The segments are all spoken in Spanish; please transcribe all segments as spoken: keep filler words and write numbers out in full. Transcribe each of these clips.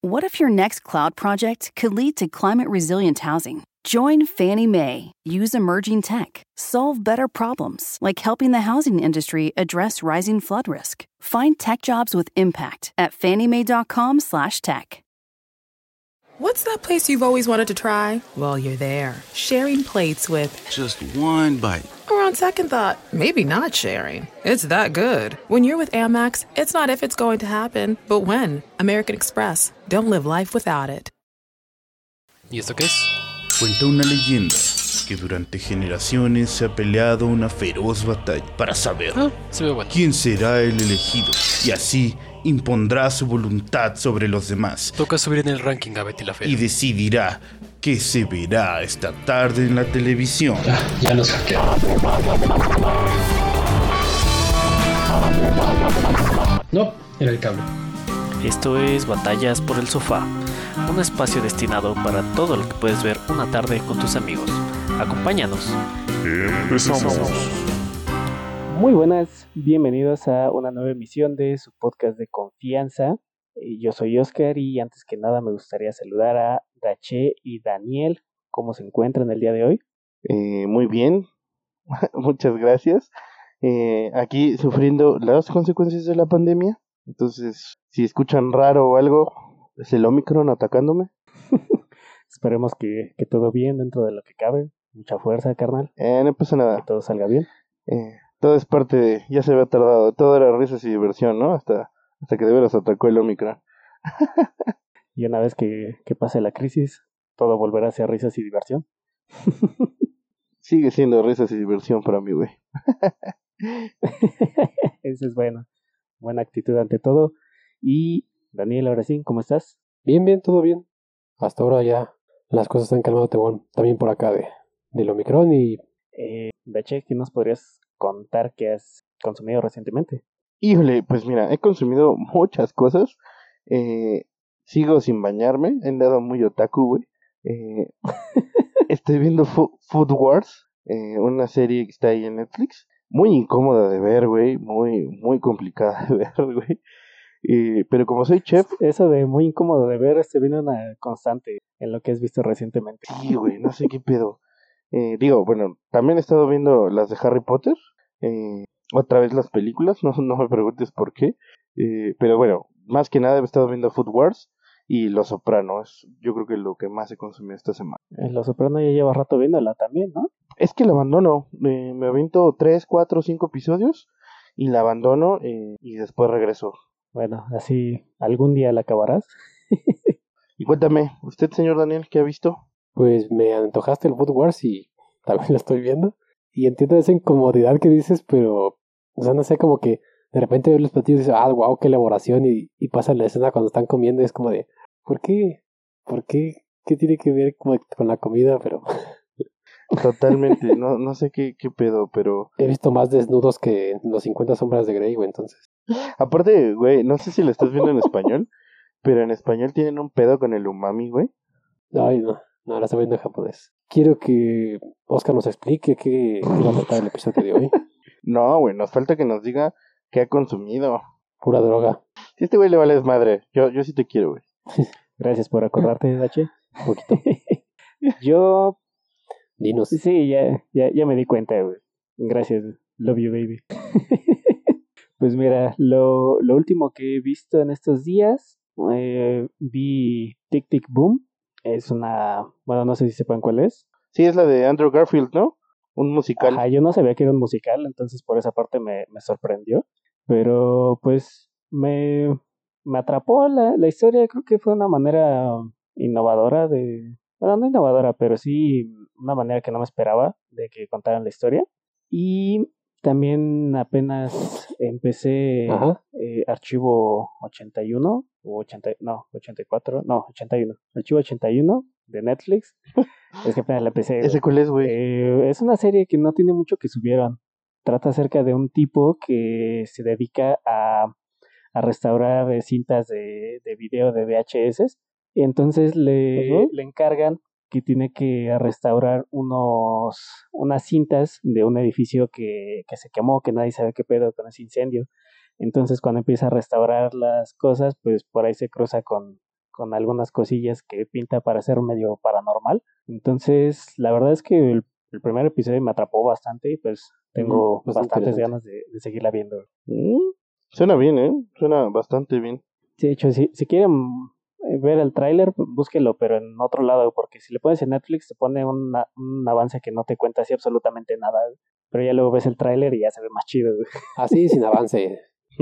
What if your next cloud project could lead to climate-resilient housing? Join Fannie Mae. Use emerging tech. Solve better problems, like helping the housing industry address rising flood risk. Find tech jobs with impact at fanniemae.com slash tech. What's that place you've always wanted to try? Well, you're there, sharing plates with... Just one bite. Or on second thought, maybe not sharing. It's that good. When you're with Amex, it's not if it's going to happen, but when. American Express. Don't live life without it. ¿Y esto qué es? Cuenta una leyenda que durante generaciones se ha peleado una feroz batalla para saber Ah, se ve bueno. quién será el elegido y así impondrá su voluntad sobre los demás Toca subir en el ranking a Betty la Fea. y decidirá qué se verá esta tarde en la televisión. Ya, ya nos hackearon. No, era el cable. Esto es Batallas por el Sofá, un espacio destinado para todo lo que puedes ver una tarde con tus amigos. Acompáñanos. Empezamos. Muy buenas, bienvenidos a una nueva emisión de su podcast de confianza. Eh, Yo soy Oscar y antes que nada me gustaría saludar a Daché y Daniel. ¿Cómo se encuentran el día de hoy? Eh, muy bien, muchas gracias. Eh, aquí sufriendo las consecuencias de la pandemia. Entonces, si escuchan raro o algo, es el Omicron atacándome. Esperemos que, que todo bien dentro de lo que cabe. Mucha fuerza, carnal. Eh, no pasa Que nada. todo salga bien. Eh, todo es parte de... Ya se había tardado. Todo era risas y diversión, ¿no? Hasta, hasta que de veras atacó el Omicron. Y una vez que, que pase la crisis, todo volverá a ser risas y diversión. Sigue siendo risas y diversión para mí, güey. Eso es bueno. Buena actitud ante todo. Y Daniel, ahora sí, ¿cómo estás? Bien, bien, todo bien. Hasta ahora ya las cosas están calmando bueno, también por acá de, del Omicron y Eh, Daché, ¿qué nos podrías contar que has consumido recientemente? Híjole, pues mira, he consumido muchas cosas. Eh, sigo sin bañarme. He andado muy otaku, güey. Eh, estoy viendo Fu- Food Wars, eh, una serie que está ahí en Netflix. Muy incómoda de ver, güey. Muy, muy complicada de ver, güey. Eh, pero como soy chef, Eso de muy incómodo de ver, este viene una constante en lo que has visto recientemente. sí, güey, no sé qué pedo. Eh, digo, bueno, también he estado viendo las de Harry Potter. Eh, otra vez las películas, no, no me preguntes por qué. Eh, pero bueno, más que nada he estado viendo Food Wars y Los Sopranos. Yo creo que es lo que más he consumido esta semana. Eh, Los Soprano ya lleva rato viéndola también, ¿no? Es que la abandono. Me, me aviento tres, cuatro, cinco episodios y la abandono eh, y después regreso. Bueno, así algún día la acabarás. Y cuéntame, ¿usted, señor Daniel, qué ha visto? pues me antojaste el Food Wars y también lo estoy viendo. Y entiendo esa incomodidad que dices, pero, o sea, no sé, como que de repente ver los platillos y dices, ah, wow, qué elaboración. Y, y pasa la escena cuando están comiendo y es como de, ¿por qué? ¿Por qué? ¿Qué tiene que ver como con la comida? Pero Totalmente, no, no sé qué, qué pedo, pero... he visto más desnudos que los cincuenta sombras de Grey, güey, entonces. Aparte, güey, no sé si lo estás viendo en español, pero en español tienen un pedo con el umami, güey. Ay, no, no, la estoy viendo en japonés. Quiero que Oscar nos explique qué, qué va a tratar el episodio de hoy. No, güey, nos falta que nos diga qué ha consumido. Pura droga, Si a este güey le vales madre, yo, yo sí te quiero, güey. Gracias por acordarte, Daché. un poquito. Yo, Dinos. sí, ya, ya, ya me di cuenta, güey. Gracias, love you, baby. Pues mira, lo, lo último que he visto en estos días, eh, vi Tic Tic Boom. Es una, bueno, no sé si sepan cuál es. Sí, es la de Andrew Garfield, ¿no? Un musical. Ajá, yo no sabía que era un musical, entonces por esa parte me, me sorprendió. Pero pues me, me atrapó la, la historia, creo que fue una manera innovadora de... Bueno, no innovadora, pero sí una manera que no me esperaba de que contaran la historia. Y también apenas empecé Ajá. eh, Archivo ochenta y uno, o ochenta, no, ochenta y cuatro, no, ochenta y uno. Archivo ochenta y uno de Netflix. Es que apenas la empecé. ¿Ese cuál es, güey? Eh, es una serie que no tiene mucho que subieron. Trata acerca de un tipo que se dedica a, a restaurar eh, cintas de, de video de V H S. Y entonces le, Ujú. le encargan que tiene que restaurar unos unas cintas de un edificio que, que se quemó, que nadie sabe qué pedo con ese incendio. Entonces cuando empieza a restaurar las cosas, pues por ahí se cruza con, con algunas cosillas que pinta para ser medio paranormal. Entonces, la verdad es que el, el primer episodio me atrapó bastante y pues tengo Mm, bastante bastantes interesante. ganas de, de seguirla viendo. Mm, suena bien, ¿eh? Suena bastante bien. Sí, de hecho, si, si quieren eh, ver el tráiler, pues, búsquelo, pero en otro lado, porque si le pones en Netflix te pone una- un avance que no te cuenta así absolutamente nada, güey. Pero ya luego ves el tráiler y ya se ve más chido, güey. Así, sin avance.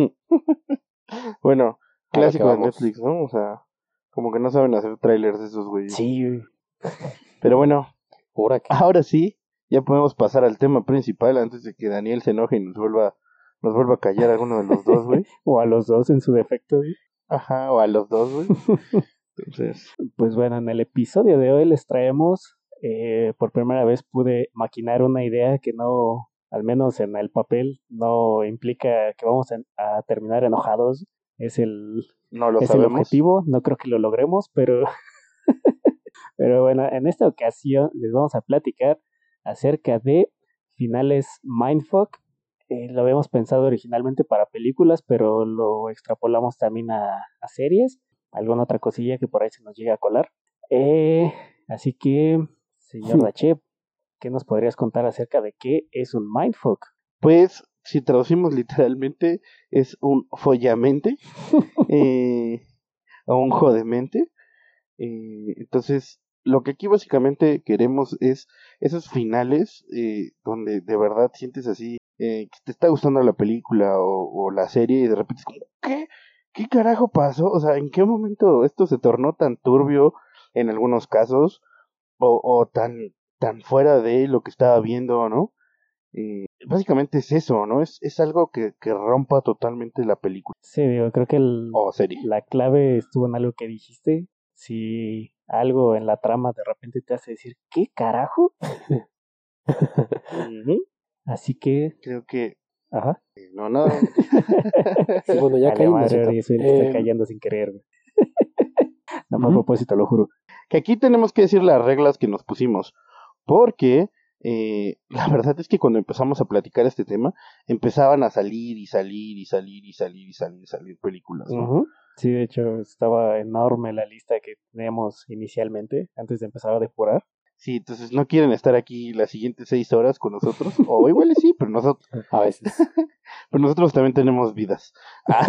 Bueno, A lo que clásico de vamos. Netflix, ¿no? O sea, como que no saben hacer trailers de esos güeyes. Sí, güey. Pero bueno, Pura que. ahora sí, ya podemos pasar al tema principal antes de que Daniel se enoje y nos vuelva, nos vuelva a callar a alguno de los dos, güey. O a los dos en su defecto, güey. Ajá, o a los dos, güey. Entonces, Pues bueno, en el episodio de hoy les traemos, eh, por primera vez pude maquinar una idea que no, al menos en el papel, no implica que vamos a, a terminar enojados. Es el, no lo es el sabemos. objetivo, no creo que lo logremos, pero, pero bueno, en esta ocasión les vamos a platicar acerca de finales mindfuck. Eh, lo habíamos pensado originalmente para películas, pero lo extrapolamos también a, a series, alguna otra cosilla que por ahí se nos llega a colar. Eh, así que, señor Dache, ¿qué nos podrías contar acerca de qué es un mindfuck? Pues, si traducimos literalmente, es un follamente eh, o un jodemente. Eh, entonces, lo que aquí básicamente queremos es esos finales eh, donde de verdad sientes así eh, que te está gustando la película o, o la serie y de repente es como, ¿qué? ¿Qué carajo pasó? O sea, ¿en qué momento esto se tornó tan turbio en algunos casos o, o tan, tan fuera de lo que estaba viendo, ¿no? Eh, básicamente es eso, ¿no? Es, es algo que, que rompa totalmente la película Sí, digo, creo que el, o serie. la clave estuvo en algo que dijiste. Si algo en la trama de repente te hace decir, ¿qué carajo? Ujú. Así que, Creo que ajá. eh, no, nada. Sí, bueno, ya Dale, caí, no madre, es cierto. ahora yo soy el que está Eh, callando sin querer, güey. No fue a Ujú. propósito, lo juro. Que aquí tenemos que decir las reglas que nos pusimos, porque eh, la verdad es que cuando empezamos a platicar este tema, empezaban a salir y salir y salir y salir y salir y salir películas, ¿no? Ujú. Sí, de hecho, estaba enorme la lista que teníamos inicialmente, antes de empezar a depurar. Sí, entonces no quieren estar aquí las siguientes seis horas con nosotros, o igual y sí, pero nosotros, a veces. pero nosotros también tenemos vidas. Ah,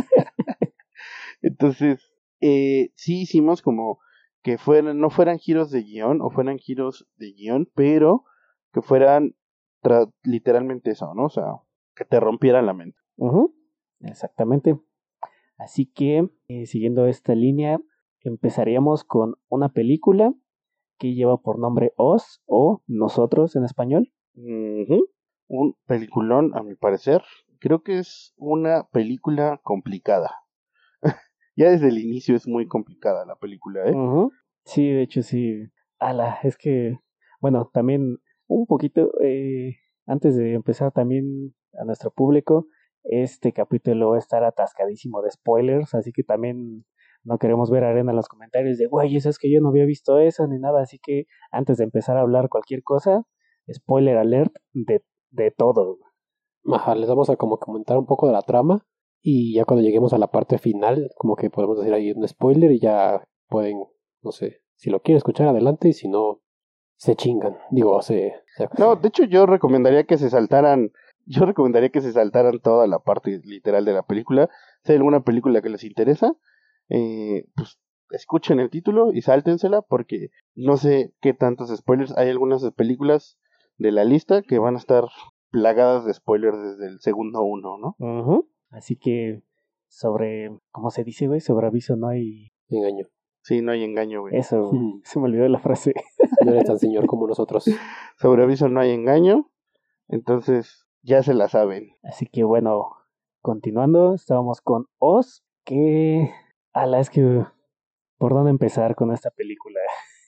entonces, eh, sí hicimos como que fueran, no fueran giros de guión, o fueran giros de guión, pero que fueran tra- literalmente eso, ¿no? O sea, que te rompieran la mente. Ujú, exactamente. Así que, eh, siguiendo esta línea, empezaríamos con una película que lleva por nombre Us o Nosotros en español. Ujú. Un peliculón, a mi parecer. Creo que es una película complicada. Ya desde el inicio es muy complicada la película, ¿eh? Ujú. Sí, de hecho sí. Ala, es que, bueno, también un poquito, eh, antes de empezar también a nuestro público, este capítulo va a estar atascadísimo de spoilers, así que también no queremos ver arena en los comentarios de, güey, eso es que yo no había visto eso ni nada, así que antes de empezar a hablar cualquier cosa, spoiler alert de, de todo. Ajá, les vamos a como comentar un poco de la trama y ya cuando lleguemos a la parte final, como que podemos decir ahí un spoiler y ya pueden, no sé, si lo quieren escuchar adelante y si no, se chingan. Digo, se... se- No, de hecho yo recomendaría que se saltaran, yo recomendaría que se saltaran toda la parte literal de la película. Si hay alguna película que les interesa, eh, pues escuchen el título y sáltensela porque no sé qué tantos spoilers. Hay algunas películas de la lista que van a estar plagadas de spoilers desde el segundo uno, ¿no? Ujú. Así que sobre, ¿cómo se dice, güey? Sobre aviso no hay... engaño. Sí, no hay engaño, güey. Eso, se me olvidó la frase. No eres tan señor como nosotros. Sobre aviso no hay engaño, entonces ya se la saben. Así que bueno, continuando, estábamos con Oz, que... Ala, es que... ¿Por dónde empezar con esta película?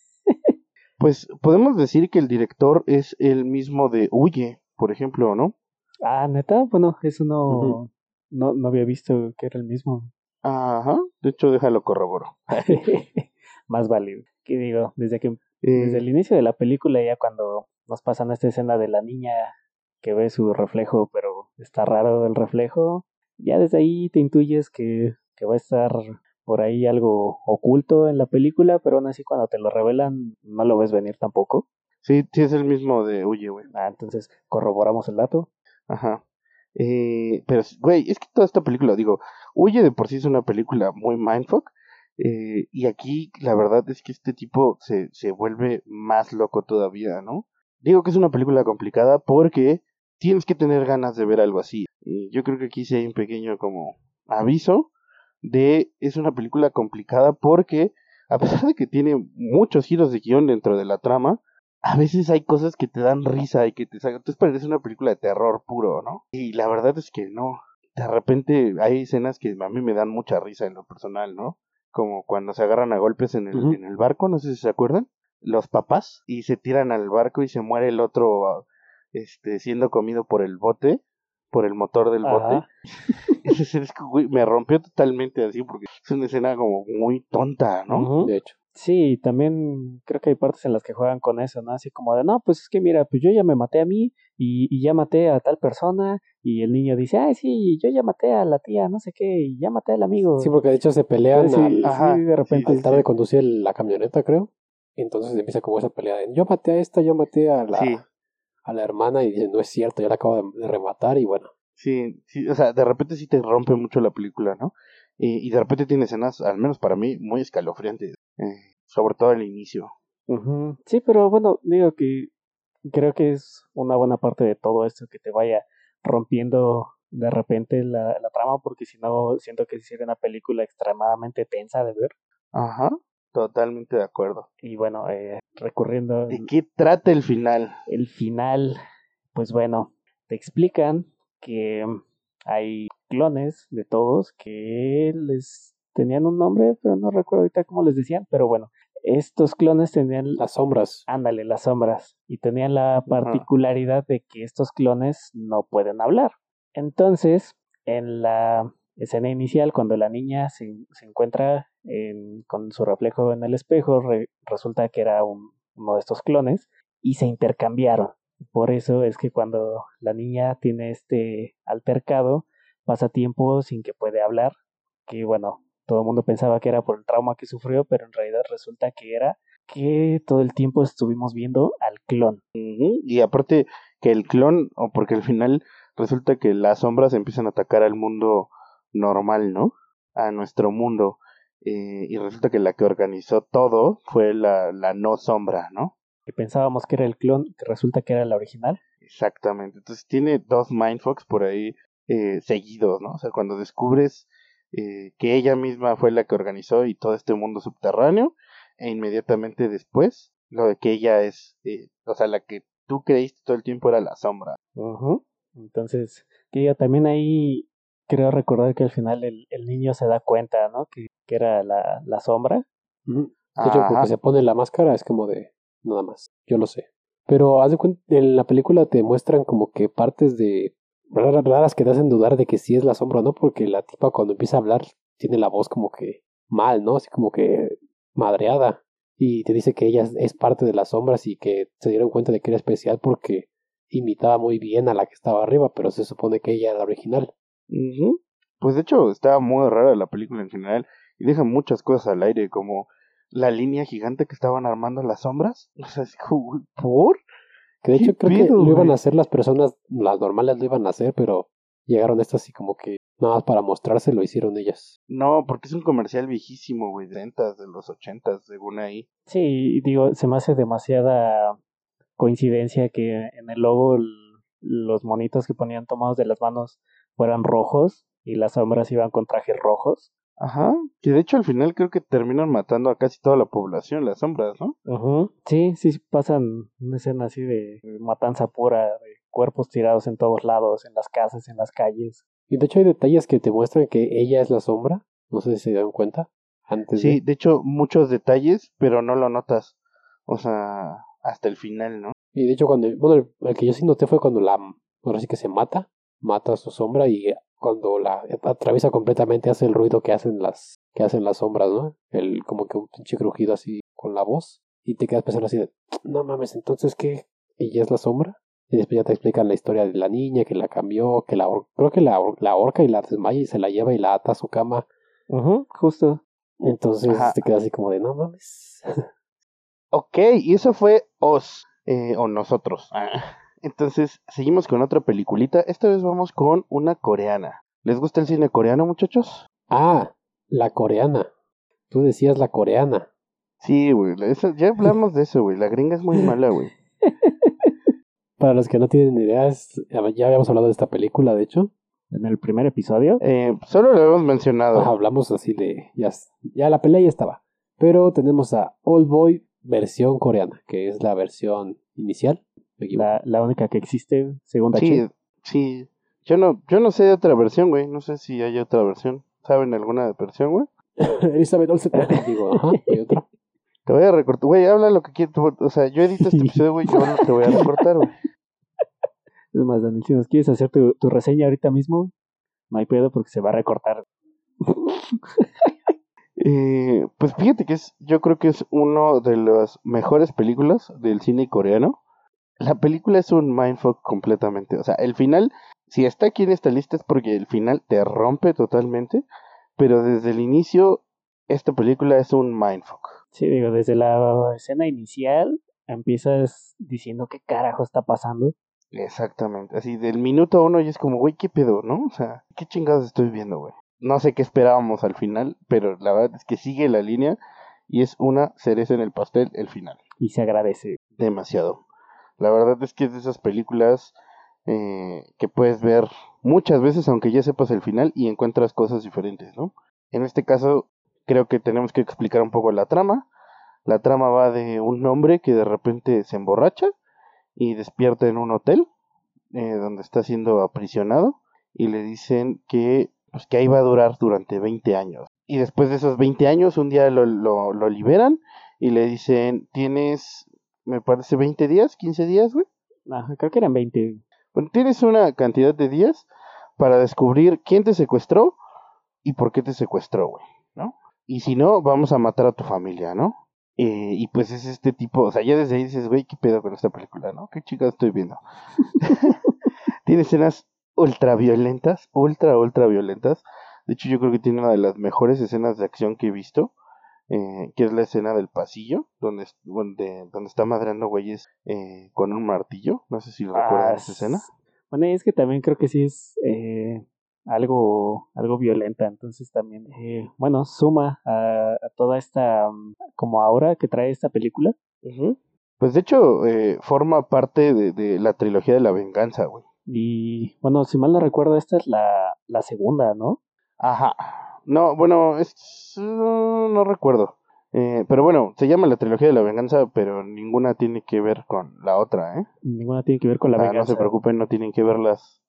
Pues podemos decir que el director es el mismo de Huye, por ejemplo, ¿no? Ah, neta, bueno, eso no... Ujú. no, no había visto que era el mismo. Ajá, de hecho déjalo corroboro. Más válido. ¿Qué digo? Desde que... Eh, Desde el inicio de la película, ya cuando nos pasan esta escena de la niña que ve su reflejo, pero está raro el reflejo, ya desde ahí te intuyes que, que va a estar por ahí algo oculto en la película, pero aún así cuando te lo revelan no lo ves venir tampoco. Sí, sí es el mismo de Huye, güey. Ah, entonces corroboramos el dato. Ajá. Eh, pero, güey, es que toda esta película, digo, Huye de por sí es una película muy mindfuck. Eh, y aquí la verdad es que este tipo se, se vuelve más loco todavía, ¿no? Digo que es una película complicada porque tienes que tener ganas de ver algo así. Y yo creo que aquí sí hay un pequeño como aviso de es una película complicada porque a pesar de que tiene muchos giros de guión dentro de la trama, a veces hay cosas que te dan risa y que te sacan. Entonces parece una película de terror puro, ¿no? Y la verdad es que no. De repente hay escenas que a mí me dan mucha risa en lo personal, ¿no? Como cuando se agarran a golpes en el, uh-huh. en el barco, no sé si se acuerdan. Los papás, y se tiran al barco y se muere el otro este, siendo comido por el bote, por el motor del bote. Ajá. Esa escena es que, güey, me rompió totalmente así porque es una escena como muy tonta, ¿no? Uh-huh. De hecho. Sí, también creo que hay partes en las que juegan con eso, ¿no? Así como de, no, pues es que mira, pues yo ya me maté a mí y, y ya maté a tal persona y el niño dice, ay, sí, yo ya maté a la tía, no sé qué, y ya maté al amigo. Sí, porque de hecho se pelean sí, al, ajá, sí, de repente. Al tratar de conducir la camioneta, creo. Y entonces empieza como esa pelea de, yo maté a esta, yo maté a la, sí. a la hermana y dice, no es cierto, yo la acabo de, de rematar y bueno. Sí, sí, o sea, de repente sí te rompe mucho la película, ¿no? Y, y de repente tiene escenas, al menos para mí, muy escalofriantes. Eh, sobre todo al inicio. Uh-huh. Sí, pero bueno, digo que creo que es una buena parte de todo esto que te vaya rompiendo de repente la, la trama, porque si no, siento que sería una película extremadamente tensa de ver. Ajá, totalmente de acuerdo. Y bueno, eh, recurriendo... ¿De qué trata el final? El final, pues bueno, te explican que hay clones de todos que les tenían un nombre, pero no recuerdo ahorita cómo les decían, pero bueno, estos clones tenían... Las sombras. Ándale, las sombras. Y tenían la particularidad de que estos clones no pueden hablar. Entonces, en la escena inicial, cuando la niña se, se encuentra en, con su reflejo en el espejo, re, resulta que era un, uno de estos clones y se intercambiaron. Por eso es que cuando la niña tiene este altercado, pasa tiempo sin que puede hablar, que bueno, todo el mundo pensaba que era por el trauma que sufrió, pero en realidad resulta que era que todo el tiempo estuvimos viendo al clon. Uh-huh. Y aparte que el clon, o porque al final resulta que las sombras empiezan a atacar al mundo normal, ¿no? A nuestro mundo. Eh, y resulta que la que organizó todo fue la, la no sombra, ¿no? Que pensábamos que era el clon, que resulta que era la original. Exactamente. Entonces tiene dos mindfucks por ahí eh, seguidos, ¿no? O sea, cuando descubres eh, que ella misma fue la que organizó y todo este mundo subterráneo, e inmediatamente después, lo de que ella es, eh, o sea, la que tú creíste todo el tiempo era la sombra. Uh-huh. Entonces, que ella también ahí, creo recordar que al final el, el niño se da cuenta, ¿no? Que, que era la, la sombra. Uh-huh. De hecho, porque se pone la máscara es como de, nada más, yo lo sé. Pero haz de cuenta, en la película te muestran como que partes de raras, raras que te hacen dudar de que sí es la sombra, ¿no? Porque la tipa cuando empieza a hablar tiene la voz como que mal, ¿no? Así como que madreada. Y te dice que ella es parte de las sombras y que se dieron cuenta de que era especial porque imitaba muy bien a la que estaba arriba, pero se supone que ella era la original. Uh-huh. Pues de hecho está muy rara la película en general y deja muchas cosas al aire, como la línea gigante que estaban armando las sombras. O sea, ¿por? Que de hecho creo pedo, que lo iban a hacer las personas, las normales lo iban a hacer, pero llegaron estas así como que nada más para mostrarse lo hicieron ellas. No, porque es un comercial viejísimo, güey, de ventas de los ochentas, según ahí. Sí, digo, se me hace demasiada coincidencia que en el logo el, los monitos que ponían tomados de las manos fueran rojos y las sombras iban con trajes rojos. Ajá, que de hecho al final creo que terminan matando a casi toda la población, las sombras, ¿no? Uh-huh. Sí, sí, pasan una escena así de matanza pura, de cuerpos tirados en todos lados, en las casas, en las calles. Y de hecho hay detalles que te muestran que ella es la sombra, no sé si se dan cuenta. Antes sí, de... de hecho muchos detalles, pero no lo notas, o sea, hasta el final, ¿no? Y de hecho cuando, bueno, el, el que yo sí noté fue cuando la, ahora sí que se mata, mata a su sombra y cuando la atraviesa completamente hace el ruido que hacen las que hacen las sombras, ¿no? El como que un pinche crujido así con la voz y te quedas pensando así de, no mames, entonces ¿qué? ¿Ella es la sombra? Y después ya te explican la historia de la niña que la cambió, que la creo que la, la ahorca y la desmaya y se la lleva y la ata a su cama. Uh-huh, justo. Entonces Ajá. te quedas así como de, no mames. Ok, y eso fue Os, eh, o nosotros. Ah. Entonces, seguimos con otra peliculita. Esta vez vamos con una coreana. ¿Les gusta el cine coreano, muchachos? Ah, la coreana. Tú decías la coreana. Sí, güey, la- esa- ya hablamos de eso, güey. La gringa es muy mala, güey. Para los que no tienen idea, es- ya habíamos hablado de esta película, de hecho. En el primer episodio. Eh, solo lo hemos mencionado. Ajá, hablamos así de, ya, ya la pelea ya estaba. Pero tenemos a Old Boy versión coreana, que es la versión inicial. ¿Me equivoco? La, la única que existe, según Sí, Dachi. sí. Yo no, yo no sé de otra versión, güey. No sé si hay otra versión. ¿Saben alguna versión, güey? Elizabeth Olsen. Digo, ajá, hay otra. Te voy a recortar. Güey, habla lo que quieras. O sea, yo edito este episodio, güey. Yo no te voy a recortar, güey. Es más, Daniel, si nos quieres hacer tu, tu reseña ahorita mismo, no hay pedo porque se va a recortar. Eh, pues fíjate que es, yo creo que es uno de las mejores películas del cine coreano. La película es un mindfuck completamente. O sea, el final, si está aquí en esta lista es porque el final te rompe totalmente. Pero desde el inicio, esta película es un mindfuck. Sí, digo, desde la escena inicial empiezas diciendo qué carajo está pasando. Exactamente. Así del minuto uno y es como, güey, ¿qué pedo, no? O sea, ¿qué chingados estoy viendo, güey? No sé qué esperábamos al final, pero la verdad es que sigue la línea y es una cereza en el pastel el final. Y se agradece. Demasiado. La verdad es que es de esas películas eh, que puedes ver muchas veces aunque ya sepas el final y encuentras cosas diferentes, ¿no? En este caso creo que tenemos que explicar un poco la trama. La trama va de un hombre que de repente se emborracha y despierta en un hotel eh, donde está siendo aprisionado y le dicen que, pues, que ahí va a durar durante veinte años. Y después de esos veinte años un día lo, lo, lo liberan y le dicen, tienes, me parece, veinte días, quince días, güey. Ajá, creo que eran veinte. Bueno, tienes una cantidad de días para descubrir quién te secuestró y por qué te secuestró, güey, ¿no? Y si no, vamos a matar a tu familia, ¿no? Eh, y pues es este tipo, o sea, ya desde ahí dices, güey, ¿qué pedo con esta película, no? ¿Qué chica estoy viendo? Tiene escenas ultra violentas, ultra, ultra violentas. De hecho, yo creo que tiene una de las mejores escenas de acción que he visto, eh, que es la escena del pasillo, donde, donde, donde está madreando güeyes eh, con un martillo. No sé si lo recuerdan Ah, esa escena. Bueno, y es que también creo que sí es eh, algo, algo violenta, entonces también, eh, bueno, suma a, a toda esta um, como aura que trae esta película. Uh-huh. Pues de hecho, eh, forma parte de, de la trilogía de la venganza, güey. Y bueno, si mal no recuerdo, esta es la, la segunda, ¿no? Ajá. No, bueno, es, uh, no recuerdo. Eh, pero bueno, se llama la trilogía de la venganza, pero ninguna tiene que ver con la otra, ¿eh? Ninguna tiene que ver con la Ah, venganza. no se preocupen, no tienen que verlas.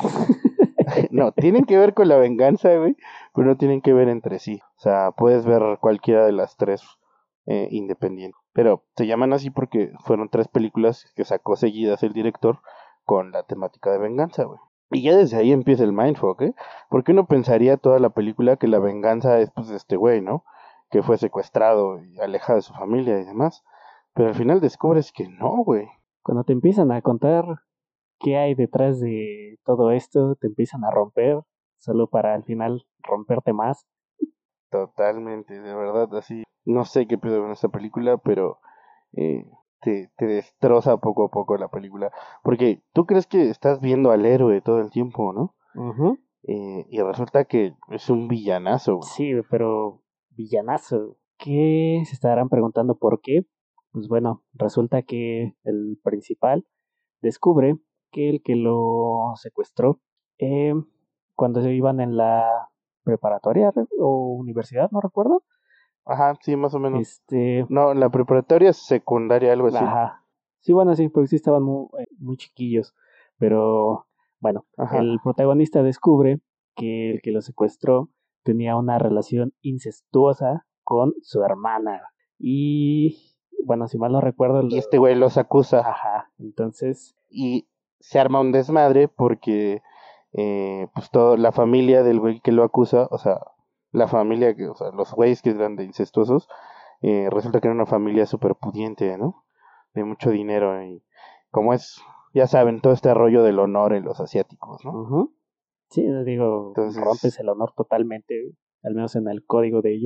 No, tienen que ver con la venganza, güey, pero no tienen que ver entre sí. O sea, puedes ver cualquiera de las tres eh, independiente. Pero se llaman así porque fueron tres películas que sacó seguidas el director con la temática de venganza, güey. Y ya desde ahí empieza el mindfuck, ¿eh? Porque uno pensaría toda la película que la venganza es pues de este güey, ¿no? Que fue secuestrado y alejado de su familia y demás. Pero al final descubres que no, güey. Cuando te empiezan a contar qué hay detrás de todo esto, te empiezan a romper, solo para al final romperte más. Totalmente, de verdad, así. No sé qué pedo con esta película, pero eh, te, te destroza poco a poco la película. Porque tú crees que estás viendo al héroe todo el tiempo, ¿no? Uh-huh. Eh, y resulta que es un villanazo, güey. Sí, pero villanazo. ¿Qué se estarán preguntando por qué? Pues bueno, resulta que el principal descubre que el que lo secuestró, eh, cuando se iban en la preparatoria o universidad, no recuerdo. Ajá, sí, más o menos. Este, No, la preparatoria secundaria, algo así. ajá. Sí, bueno, sí, porque sí estaban muy, eh, muy chiquillos. Pero bueno, Ajá. el protagonista descubre que el que lo secuestró tenía una relación incestuosa con su hermana. Y bueno, si mal no recuerdo. Y este güey los acusa. Ajá, entonces. Y se arma un desmadre porque, eh, pues, toda la familia del güey que lo acusa, o sea, la familia, que, o sea, los güeyes que eran de incestuosos, eh, resulta que era una familia súper pudiente, ¿no? De mucho dinero y como es, ya saben, todo este rollo del honor en los asiáticos, ¿no? Uh-huh. Sí, digo, Entonces, rompes el honor totalmente, al menos en el código de ellos.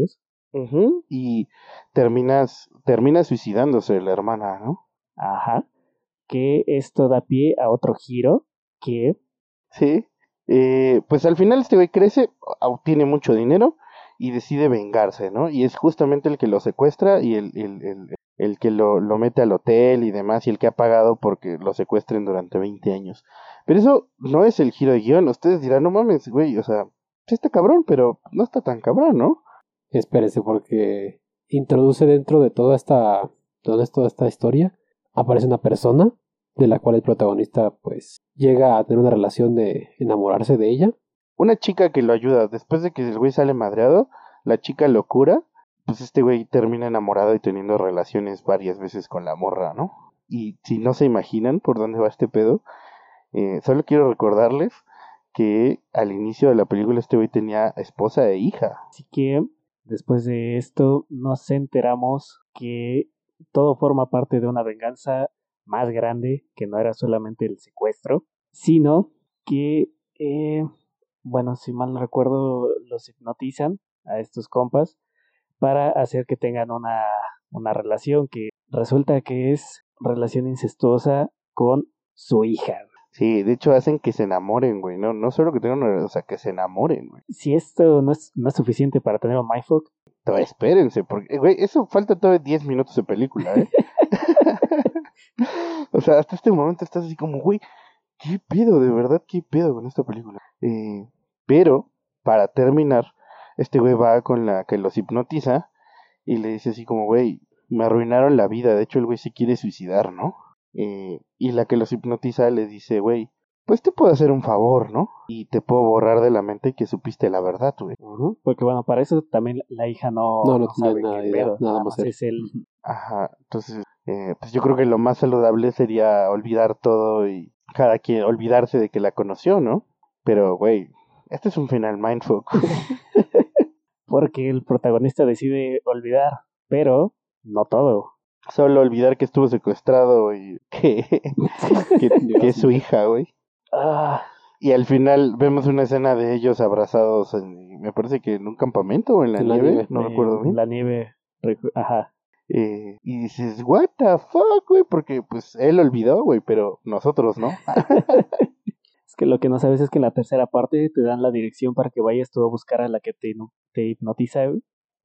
Uh-huh. Y terminas, termina suicidándose la hermana, ¿no? Ajá. Que esto da pie a otro giro que... Sí. Eh, pues al final este güey crece, obtiene mucho dinero y decide vengarse, ¿no? Y es justamente el que lo secuestra y el, el, el, el que lo, lo mete al hotel y demás, y el que ha pagado porque lo secuestren durante veinte años. Pero eso no es el giro de guión. Ustedes dirán, no mames, güey, o sea, sí está cabrón, pero no está tan cabrón, ¿no? Espérese, porque introduce dentro de toda esta, toda esta, esta historia, aparece una persona de la cual el protagonista pues llega a tener una relación de enamorarse de ella. Una chica que lo ayuda, después de que el güey sale madreado, la chica lo cura, pues este güey termina enamorado y teniendo relaciones varias veces con la morra, ¿no? Y si no se imaginan por dónde va este pedo, eh, solo quiero recordarles que al inicio de la película este güey tenía esposa e hija. Así que después de esto nos enteramos que todo forma parte de una venganza más grande, que no era solamente el secuestro, sino que, eh, bueno, si mal no recuerdo, los hipnotizan a estos compas para hacer que tengan una, una relación que resulta que es relación incestuosa con su hija. Sí, de hecho hacen que se enamoren, güey, no, no solo que tengan una, o sea, que se enamoren, güey. Si esto no es, no es suficiente para tener un mindfuck, Pero espérense, porque, güey, eso falta todavía diez minutos de película, ¿eh? O sea, hasta este momento estás así como, güey, ¿qué pedo? De verdad, ¿qué pedo con esta película? Eh, pero, para terminar, este güey va con la que los hipnotiza y le dice así como, güey, me arruinaron la vida. De hecho, el güey se quiere suicidar, ¿no? Eh, y la que los hipnotiza le dice, güey, pues te puedo hacer un favor, ¿no? Y te puedo borrar de la mente que supiste la verdad, güey. uh-huh, porque bueno, para eso también la hija no, No, no, no sabe nada, qué idea, pedo, nada nada más más él. es el... Ajá, entonces, eh, pues yo creo que lo más saludable sería olvidar todo y cada quien olvidarse de que la conoció, ¿no? Pero, güey, este es un final mindfuck. Porque el protagonista decide olvidar, pero no todo. Solo olvidar que estuvo secuestrado y que, que, que es su hija, güey. Ah, Y al final vemos una escena de ellos abrazados, en, me parece que en un campamento o en la En la nieve, nieve. no eh, recuerdo bien. La nieve, recu- ajá. Eh, y dices, what the fuck, güey, porque pues él olvidó, güey, pero nosotros no. Es que lo que no sabes es que en la tercera parte te dan la dirección para que vayas tú a buscar a la que te, te hipnotiza, güey.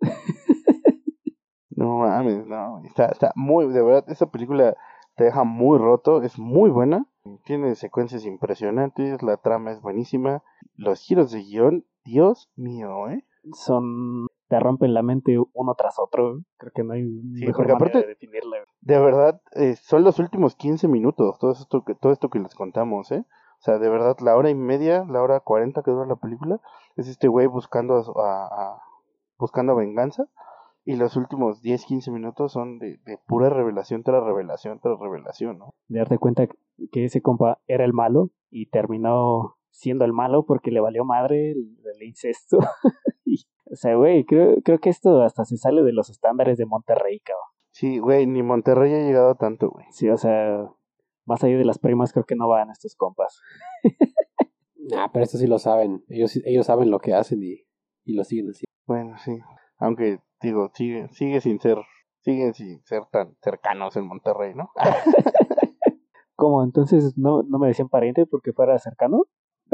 No mames, no, está, está muy, de verdad, esa película te deja muy roto, es muy buena, tiene secuencias impresionantes, la trama es buenísima, los giros de guión, Dios mío, eh. Son... te rompen la mente uno tras otro, güey. Creo que no hay Sí, mejor porque manera aparte- de definirla, güey. De verdad, eh, son los últimos quince minutos, todo esto que, todo esto que les contamos, eh. O sea, de verdad, la hora y media, la hora cuarenta que dura la película, es este güey buscando a, a- a- buscando venganza. Y los últimos diez quince minutos son de, de pura revelación tras revelación tras revelación, ¿no? De darte cuenta que ese compa era el malo y terminó siendo el malo porque le valió madre el, el incesto. Y, o sea, güey, creo, creo que esto hasta se sale de los estándares de Monterrey, cabrón. Sí, güey, ni Monterrey ha llegado a tanto, güey. Sí, o sea, más allá de las primas creo que no van estos compas. Nah, pero esto sí lo saben. Ellos, ellos saben lo que hacen y, y lo siguen haciendo. Bueno, sí. Aunque, digo, sigue, sigue sin ser, siguen sin ser tan cercanos en Monterrey, ¿no? ¿Cómo? Entonces no, no me decían pariente porque fuera cercano.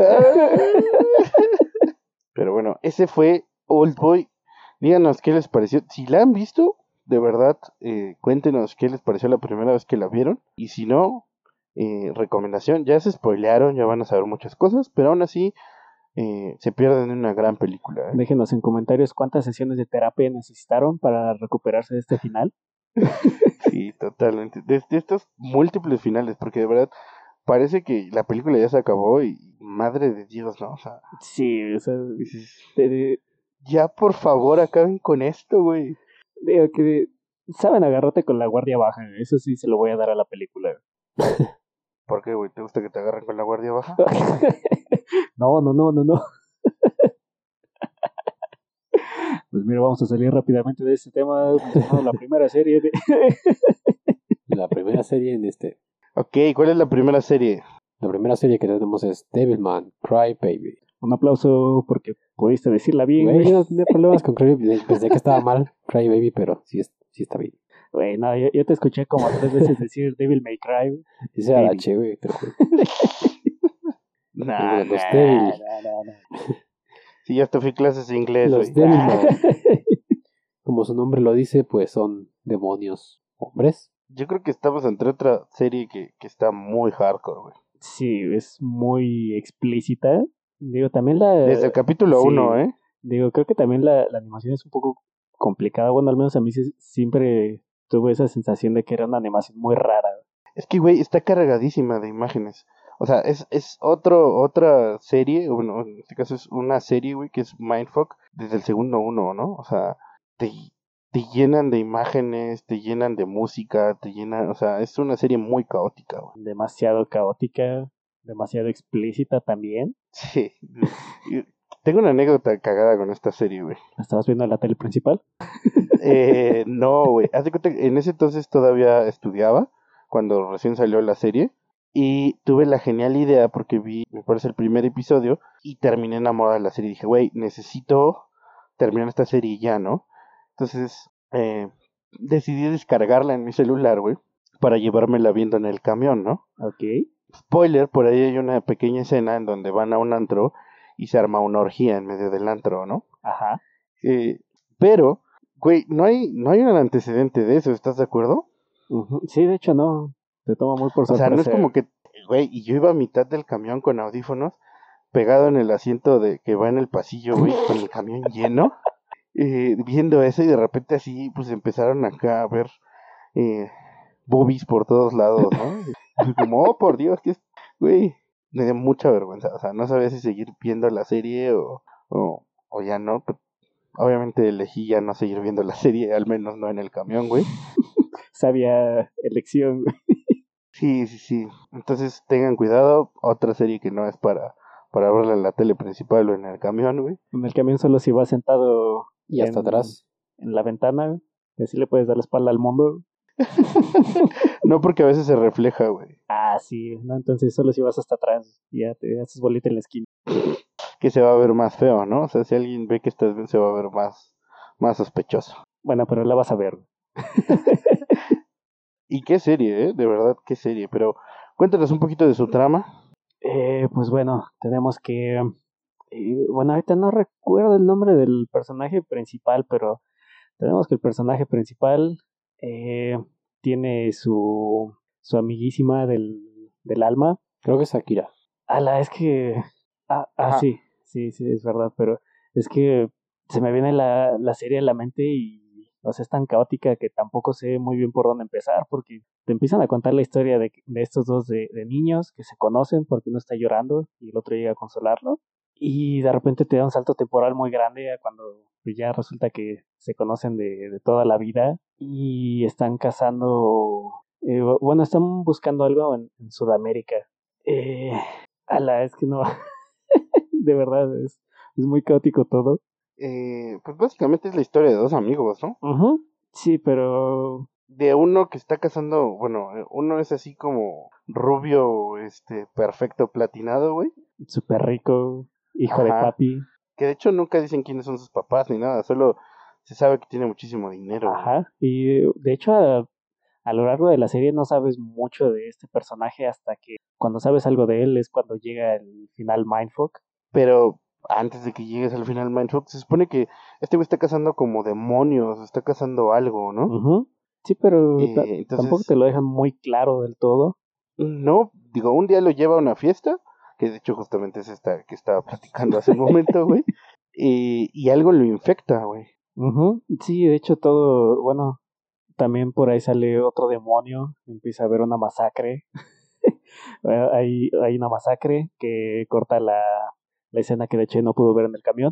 Pero bueno, ese fue Oldboy. Díganos qué les pareció. Si la han visto, de verdad, eh, cuéntenos qué les pareció la primera vez que la vieron. Y si no, eh, recomendación, ya se spoilearon, ya van a saber muchas cosas, pero aún así eh, se pierden en una gran película. ¿eh? Déjenos en comentarios cuántas sesiones de terapia necesitaron para recuperarse de este final. Sí, totalmente. De, de estos múltiples finales, porque de verdad parece que la película ya se acabó y madre de Dios, ¿no? O sea, Sí, o sea, dices, de- de- ya por favor acaben con esto, güey. digo que saben agarrarte con la guardia baja. Eso sí se lo voy a dar a la película. ¿Por qué, güey? ¿Te gusta que te agarren con la guardia baja? No, no, no, no, no. Pues mira, vamos a salir rápidamente de este tema. Mencionamos la primera serie de... La primera serie en este. Ok, ¿cuál es la primera serie? La primera serie que tenemos es Devilman Crybaby. Un aplauso porque pudiste decirla bien. Güey, Güey, yo no tenía problemas con Cry Baby. Pensé que estaba mal Cry Baby, pero sí, es- sí está bien. Güey, no, yo, yo te escuché como tres veces decir Devil May Cry. güey. Ese era la Baby. H, güey. Te lo juro. Nah, Los nah. Devil. No, no, no. Sí, ya hasta fui clases de inglés, Los güey. Devil Man. Como su nombre lo dice, pues son demonios hombres. Yo creo que estamos entre otra serie que, que está muy hardcore, güey. Sí, es muy explícita. Digo, también la... Desde el capítulo sí. uno, ¿eh? Digo, creo que también la, la animación es un poco complicada. Bueno, al menos a mí sí- siempre tuve esa sensación de que era una animación muy rara. Es que, güey, está cargadísima de imágenes. O sea, es, es otro, otra serie, bueno, en este caso es una serie, güey, que es Mindfuck, desde el segundo uno, ¿no? O sea, te, te llenan de imágenes, te llenan de música, te llenan, o sea, es una serie muy caótica, güey. Demasiado caótica, demasiado explícita también. Sí. Y tengo una anécdota cagada con esta serie, güey. ¿La estabas viendo en la tele principal? Eh, no, güey. Haz de cuenta que en ese entonces todavía estudiaba, cuando recién salió la serie. Y tuve la genial idea porque vi, me parece, el primer episodio y terminé enamorado de la serie. Dije, güey, necesito terminar esta serie ya, ¿no? Entonces, eh, decidí descargarla en mi celular, güey, para llevármela viendo en el camión, ¿no? Ok. Spoiler, por ahí hay una pequeña escena en donde van a un antro y se arma una orgía en medio del antro, ¿no? Ajá. Eh, pero, güey, no hay, no hay un antecedente de eso, ¿estás de acuerdo? Ujú. Sí, de hecho no. Te toma muy por O sea, sorpresa. no es como que, güey, y yo iba a mitad del camión con audífonos, pegado en el asiento de que va en el pasillo, güey, con el camión lleno, eh, viendo eso y de repente así, pues empezaron acá a ver eh, boobies por todos lados, ¿no? Y fue como, oh, por Dios, que es, güey, me dio mucha vergüenza, o sea, no sabía si seguir viendo la serie o, o, o ya no, pero obviamente elegí ya no seguir viendo la serie, al menos no en el camión, güey. Sabia elección. Sí, sí, sí. Entonces tengan cuidado. Otra serie que no es para, para verla en la tele principal o en el camión, güey. En el camión solo si vas sentado Y hasta en, atrás. en la ventana, güey, y así le puedes dar la espalda al mundo. No, porque a veces se refleja, güey. Ah, sí, ¿no? Entonces solo si vas hasta atrás y ya te haces bolita en la esquina. Que se va a ver más feo, ¿no? O sea, si alguien ve que estás bien, se va a ver más, más sospechoso. Bueno, pero la vas a ver. Y qué serie, ¿eh? De verdad, qué serie. Pero cuéntanos un poquito de su trama. Eh, pues bueno, tenemos que... eh, bueno, ahorita no recuerdo el nombre del personaje principal, pero tenemos que el personaje principal eh, tiene su, su amiguísima del, del alma. Creo que es Akira. Ala, es que... Ah, ah Ajá. sí, sí, sí, es verdad, pero es que se me viene la, la serie a la mente y... O sea, es tan caótica que tampoco sé muy bien por dónde empezar, porque te empiezan a contar la historia de, de estos dos de, de niños que se conocen porque uno está llorando y el otro llega a consolarlo. Y de repente te da un salto temporal muy grande a cuando pues, ya resulta que se conocen de, de toda la vida y están cazando, eh, bueno, están buscando algo en, en Sudamérica. Eh, ala, es que no, de verdad, es, es muy caótico todo. Eh, pues básicamente es la historia de dos amigos, ¿no? Ujú. Sí, pero De uno que está cazando, bueno, eh, uno es así como rubio, este, perfecto, platinado, güey. súper rico, hijo de Ajá. papi. Que de hecho nunca dicen quiénes son sus papás ni nada, solo se sabe que tiene muchísimo dinero. güey. Ajá. Y de hecho a, a lo largo de la serie no sabes mucho de este personaje hasta que cuando sabes algo de él es cuando llega el final Mindfuck. Pero antes de que llegues al final Mindfuck, se supone que este güey está cazando como demonios, está cazando algo, ¿no? Ujú. Sí, pero Eh, ta- entonces- tampoco te lo dejan muy claro del todo. No, digo, un día lo lleva a una fiesta, que de hecho justamente es esta que estaba platicando hace un momento, güey, y, y algo lo infecta, güey. Ujú. Sí, de hecho todo, bueno, también por ahí sale otro demonio, empieza a haber una masacre. Eh, hay, hay una masacre que corta la, la escena que de hecho no pudo ver en el camión.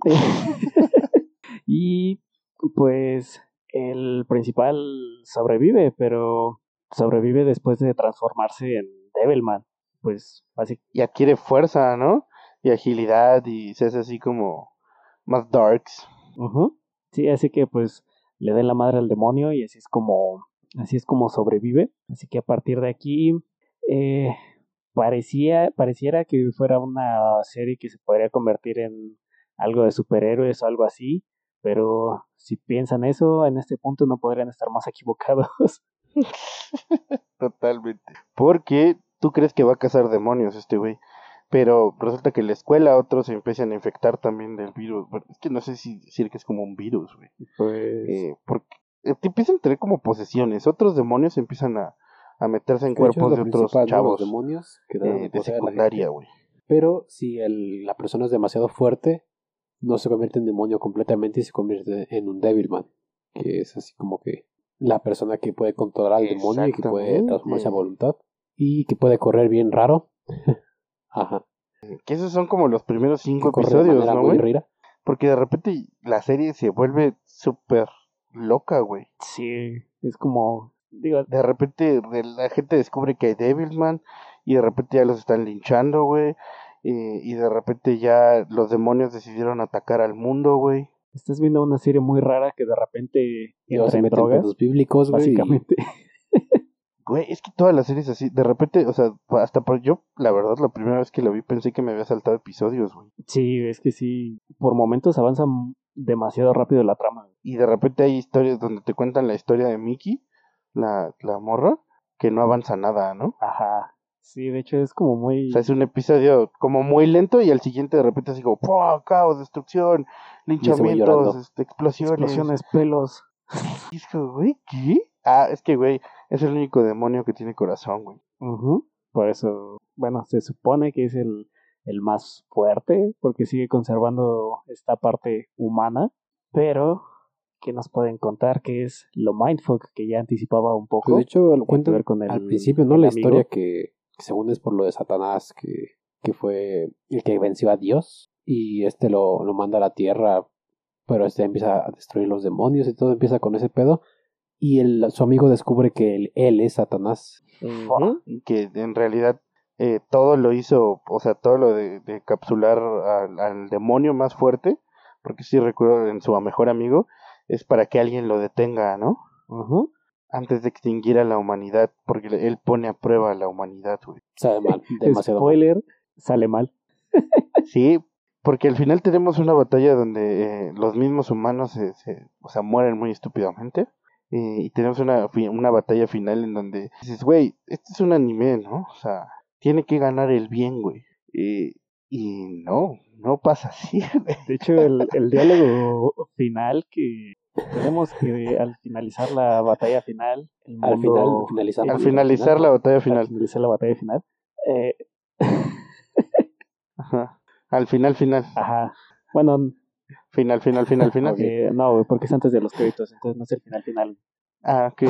Y pues el principal sobrevive, pero sobrevive después de transformarse en Devilman. Pues así. Y adquiere fuerza, ¿no? Y agilidad, y se hace así como más darks. Ujú. Sí, así que pues le da la madre al demonio y así es como así es como sobrevive. Así que a partir de aquí eh, parecía, pareciera que fuera una serie que se podría convertir en algo de superhéroes o algo así, pero si piensan eso, en este punto no podrían estar más equivocados. Totalmente. Porque tú crees que va a cazar demonios este güey, pero resulta que en la escuela otros se empiezan a infectar también del virus. Bueno, es que no sé si decir que es como un virus, güey. Pues... Eh, porque eh, te empiezan a tener como posesiones. Otros demonios empiezan a, a meterse en De hecho, cuerpos lo de otros principal, ¿no? chavos Los demonios que dan eh, de poder a la secundaria, gente. güey. Pero si el, la persona es demasiado fuerte, no se convierte en demonio completamente y se convierte en un Devilman, que es así como que la persona que puede controlar al demonio y que puede Exactamente. transformarse a voluntad y que puede correr bien raro. Ajá. Que esos son como los primeros Que cinco corre de episodios, manera ¿no, muy güey? rara. Porque de repente la serie se vuelve súper loca, güey. Sí, es como, digo, De repente de- la gente descubre que hay Devilman y de repente ya los están linchando, güey. eh, y de repente ya los demonios decidieron atacar al mundo, güey. estás viendo una serie muy rara que de repente Y luego entra se en meten en drogas, pedos bíblicos, güey. y- básicamente. Güey, es que todas las series así, de repente, o sea, hasta por yo, la verdad, la primera vez que lo vi pensé que me había saltado episodios, güey. Sí, es que sí, por momentos avanza m- demasiado rápido la trama. Y de repente hay historias donde te cuentan la historia de Mickey, la, la morra, que no avanza nada, ¿no? Ajá. Sí, de hecho es como muy... O sea, es un episodio como muy lento y al siguiente de repente así como, ¡pua! Caos, destrucción, güey linchamientos, llorando. este, explosiones. explosiones, pelos. Y es como, güey, ¿qué? Ah, es que, güey, es el único demonio que tiene corazón, güey. Ujú. Por eso, bueno, se supone que es el, el más fuerte, porque sigue conservando esta parte humana, pero ¿qué nos pueden contar? Que es lo mindfuck que ya anticipaba un poco. Pues de hecho, lo Tiene que cuentan ver con el- al principio, ¿no? el La amigo. historia que, que según es por lo de Satanás, que, que fue el que venció a Dios y este lo, lo manda a la tierra, pero este empieza a destruir los demonios y todo empieza con ese pedo. Y el, su amigo descubre que él, él es Satanás. Y que en realidad eh, todo lo hizo, o sea, todo lo de, de capsular al, al demonio más fuerte, porque sí recuerdo en su mejor amigo, es para que alguien lo detenga, ¿no? Ujú. Antes de extinguir a la humanidad, porque él pone a prueba a la humanidad, güey. Sabe mal, demasiado mal. Spoiler, sale mal. Sí, porque al final tenemos una batalla donde eh, los mismos humanos se, se, o sea, mueren muy estúpidamente. Eh, y tenemos una, fi- una batalla final en donde dices, güey, este es un anime, ¿no? O sea, tiene que ganar el bien, güey. Eh, y no, no pasa así, güey. De hecho, el, el diálogo final que tenemos que al finalizar la batalla final, el Al mundo- final, finalizamos. Al finalizar la batalla al final. finalizar la batalla final, eh, Ajá. Al final, final. ajá, bueno, Final, final, final, final. eh, no, güey, porque es antes de los créditos, entonces no es el final final. Ah, ok.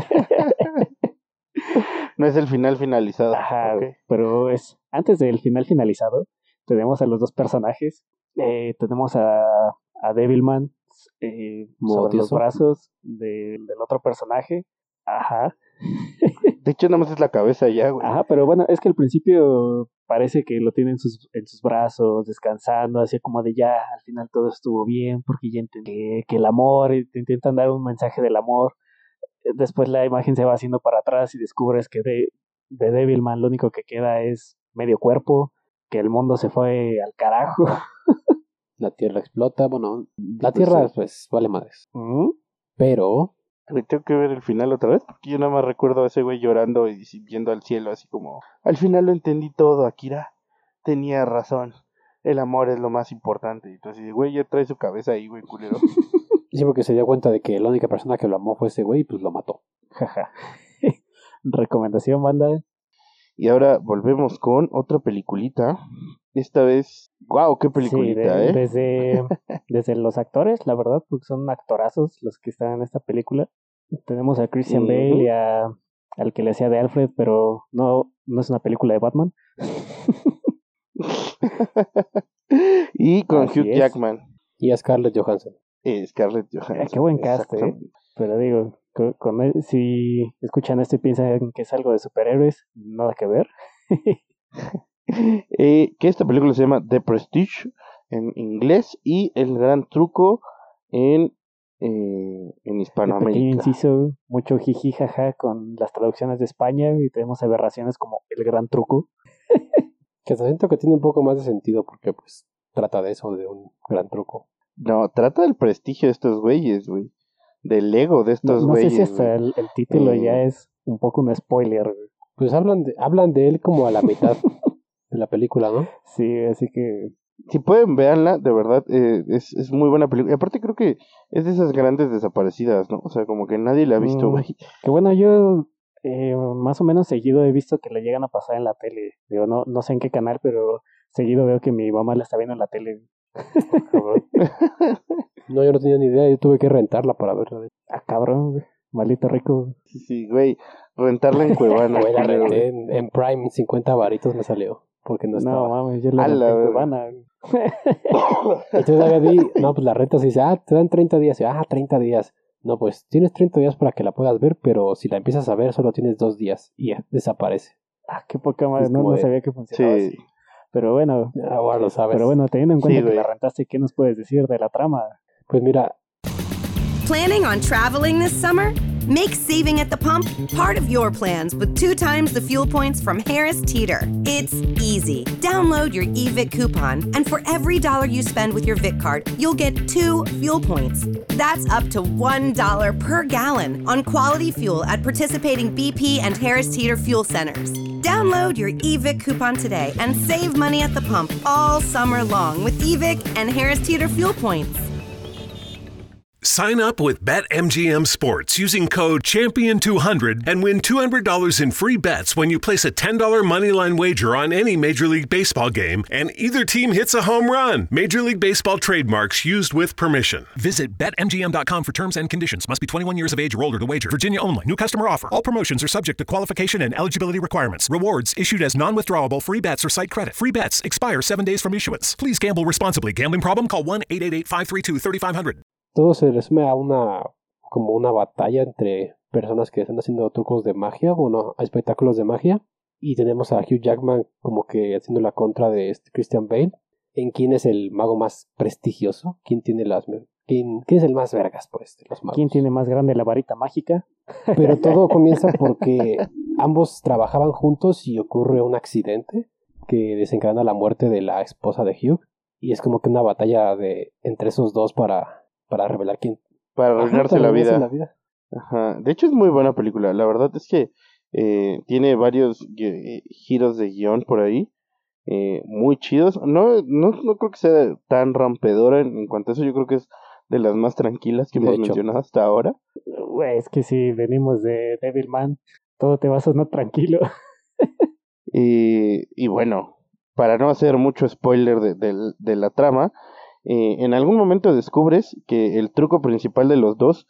No es el final finalizado. Ajá, Ok. pero es antes del final finalizado. Tenemos a los dos personajes. Eh, tenemos a, a Devilman eh, Modo sobre los tieso. brazos de- del otro personaje. Ajá, De hecho, nada más es la cabeza ya, güey. ajá, pero bueno, es que al principio parece que lo tiene en sus, en sus brazos, descansando, así como de ya, al final todo estuvo bien, porque ya entendí que, que el amor, y te intentan dar un mensaje del amor. Después la imagen se va haciendo para atrás y descubres que de, de Devilman lo único que queda es medio cuerpo, que el mundo se fue al carajo. La tierra explota, bueno, la Pues tierra sí. pues vale madres. ¿Mm? Pero Güey, tengo que ver el final otra vez, porque yo nada más recuerdo a ese güey llorando y si- viendo al cielo, así como, al final lo entendí todo, Akira, tenía razón, el amor es lo más importante. Y entonces, güey, ya trae su cabeza ahí, güey, culero. sí, porque se dio cuenta de que la única persona que lo amó fue ese güey y pues lo mató. Jaja. Recomendación, banda. Y ahora volvemos con otra peliculita, esta vez, wow, qué Sí, peliculita, de- ¿eh? desde, desde los actores, la verdad, porque son actorazos los que están en esta película. Tenemos a Christian Ujú. Bale y a, al que le hacía de Alfred, pero no, no es una película de Batman. Y con Así Hugh es. Jackman, Y a Scarlett Johansson. eh, Scarlett Johansson. Ah, qué buen cast, ¿eh? exactamente. Pero digo, co- con, él- si escuchan esto y piensan que es algo de superhéroes, nada que ver. Eh, que esta película se llama The Prestige en inglés y El Gran Truco en, eh, en Un pequeño Hispanoamérica. inciso, mucho jiji jaja con las traducciones de España y tenemos aberraciones como El Gran Truco. Que hasta siento que tiene un poco más de sentido porque pues trata de eso, de un gran truco. No, trata del prestigio de estos güeyes, güey. Del ego de estos no, no güeyes. sé si hasta el, el título Eh. ya es un poco un spoiler, güey. Pues hablan de, hablan de él como a la mitad de la película, ¿no? Sí, así que... Si pueden, véanla, de verdad, eh, es, es muy buena película. Y aparte creo que es de esas grandes desaparecidas, ¿no? O sea, como que nadie la ha visto, Mm, güey. que bueno, yo eh, más o menos seguido he visto que la llegan a pasar en la tele. Digo, no, no sé en qué canal, pero seguido veo que mi mamá la está viendo en la tele. Cabrón. No, yo no tenía ni idea, yo tuve que rentarla para verla. Ah, cabrón, güey. Maldito rico. Sí, sí, güey. Rentarla en Cuevana. Güey, la culero, renté güey. en, en Prime, cincuenta varitos me salió. Porque no No, estaba. mames, yo la A la renté en verga. Cuevana, güey. Y todavía vi, no, pues la renta se dice, ah, te dan treinta días. Y, ah, treinta días. No, pues tienes treinta días para que la puedas ver, pero si la empiezas a ver solo tienes dos días y ya, desaparece. Ah, qué poca madre, Es no, como no de- sabía que funcionaba Sí. así. Pero bueno, Ahora lo sabes. pero bueno, teniendo en cuenta Sí, que güey. la rentaste, ¿qué nos puedes decir de la trama? Pues mira, Planning on traveling this summer? Make saving at the pump part of your plans with two times the fuel points from Harris Teeter. It's easy. Download your E V I C coupon, and for every dollar you spend with your V I C card, you'll get two fuel points. That's up to one dollar per gallon on quality fuel at participating B P and Harris Teeter fuel centers. Download your E V I C coupon today and save money at the pump all summer long with E V I C and Harris Teeter fuel points. Sign up with BetMGM Sports using code champion two hundred and win two hundred dollars in free bets when you place a ten dollars moneyline wager on any Major League Baseball game and either team hits a home run. Major League Baseball trademarks used with permission. Visit Bet M G M dot com for terms and conditions. Must be twenty-one years of age or older to wager. Virginia only. New customer offer. All promotions are subject to qualification and eligibility requirements. Rewards issued as non-withdrawable free bets or site credit. Free bets expire seven days from issuance. Please gamble responsibly. Gambling problem? Call one eight eight eight, five three two, three five zero zero. todo se resume a una, como una batalla entre personas que están haciendo trucos de magia, bueno, espectáculos de magia, y tenemos a Hugh Jackman como que haciendo la contra de este Christian Bale, en quién es el mago más prestigioso, quién tiene las, quién, quién es el más vergas, pues, de los magos. ¿Quién tiene más grande la varita mágica? Pero todo comienza porque ambos trabajaban juntos y ocurre un accidente que desencadena la muerte de la esposa de Hugh, y es como que una batalla de entre esos dos para para revelar quién. Para Ajá, arruinarse para la arruinarse vida. la vida. Ajá. De hecho es muy buena película. La verdad es que eh, tiene varios gui- giros de guión por ahí. Eh, muy chidos. No, no, no creo que sea tan rompedora en, en cuanto a eso. Yo creo que es de las más tranquilas que De hemos hecho. mencionado hasta ahora. Güey, es que si venimos de Devilman, todo te va a sonar tranquilo. Y, y bueno, para no hacer mucho spoiler de, de- de la trama, eh, en algún momento descubres que el truco principal de los dos,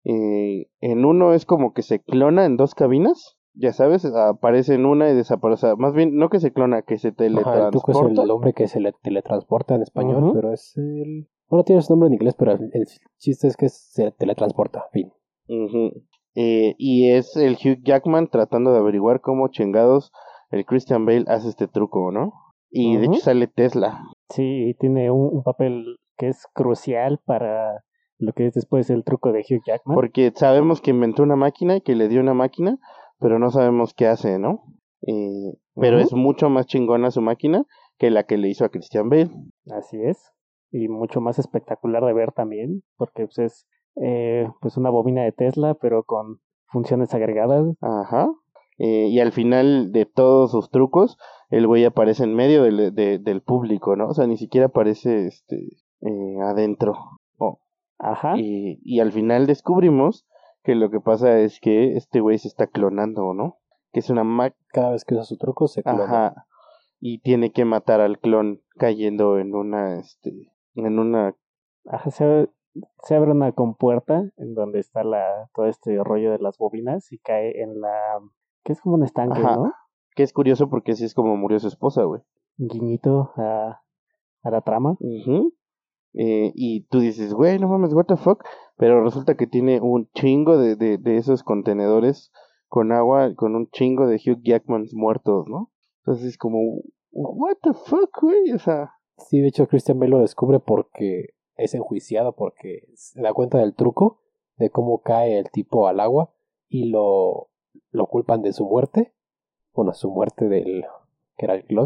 eh, en uno es como que se clona en dos cabinas, ya sabes, aparece en una y desaparece. O sea, más bien, no que se clona, que se Ajá, el truco es teletransporta. el hombre que se le teletransporta en español, Ujú. pero es el... No tiene su nombre en inglés, pero el, el chiste es que se teletransporta, fin. Ujú. Eh, y es el Hugh Jackman tratando de averiguar cómo chingados el Christian Bale hace este truco, ¿no? Y de Ujú. hecho sale Tesla. Sí, y tiene un, un papel que es crucial para lo que es después el truco de Hugh Jackman. Porque sabemos que inventó una máquina, que le dio una máquina, pero no sabemos qué hace, ¿no? Eh, pero Ujú. es mucho más chingona su máquina que la que le hizo a Christian Bale. Así es. Y mucho más espectacular de ver también, porque pues, es eh, pues una bobina de Tesla, pero con funciones agregadas. Ajá. Eh, y al final de todos sus trucos, el güey aparece en medio del, de- del público, ¿no? O sea, ni siquiera aparece este eh, adentro. Oh. Ajá. Y, y al final descubrimos que lo que pasa es que este güey se está clonando, ¿no? Que es una máquina. Cada vez que usa su truco se clona. Ajá. Y tiene que matar al clon cayendo en una, este, en una... Ajá, se, se abre una compuerta en donde está la todo este rollo de las bobinas y cae en la... que es como un estanque, Ajá. ¿no? Que es curioso porque así es como murió su esposa, güey. Un guiñito a, a la trama. Ujú. Eh, y tú dices, güey, no mames, what the fuck. Pero resulta que tiene un chingo de, de, de esos contenedores con agua, con un chingo de Hugh Jackmans muertos, ¿no? Entonces es como, what the fuck, güey, o sea... Sí, de hecho Christian Bale lo descubre porque es enjuiciado, porque se da cuenta del truco, de cómo cae el tipo al agua, y lo, lo culpan de su muerte, bueno, su muerte del que era el clon,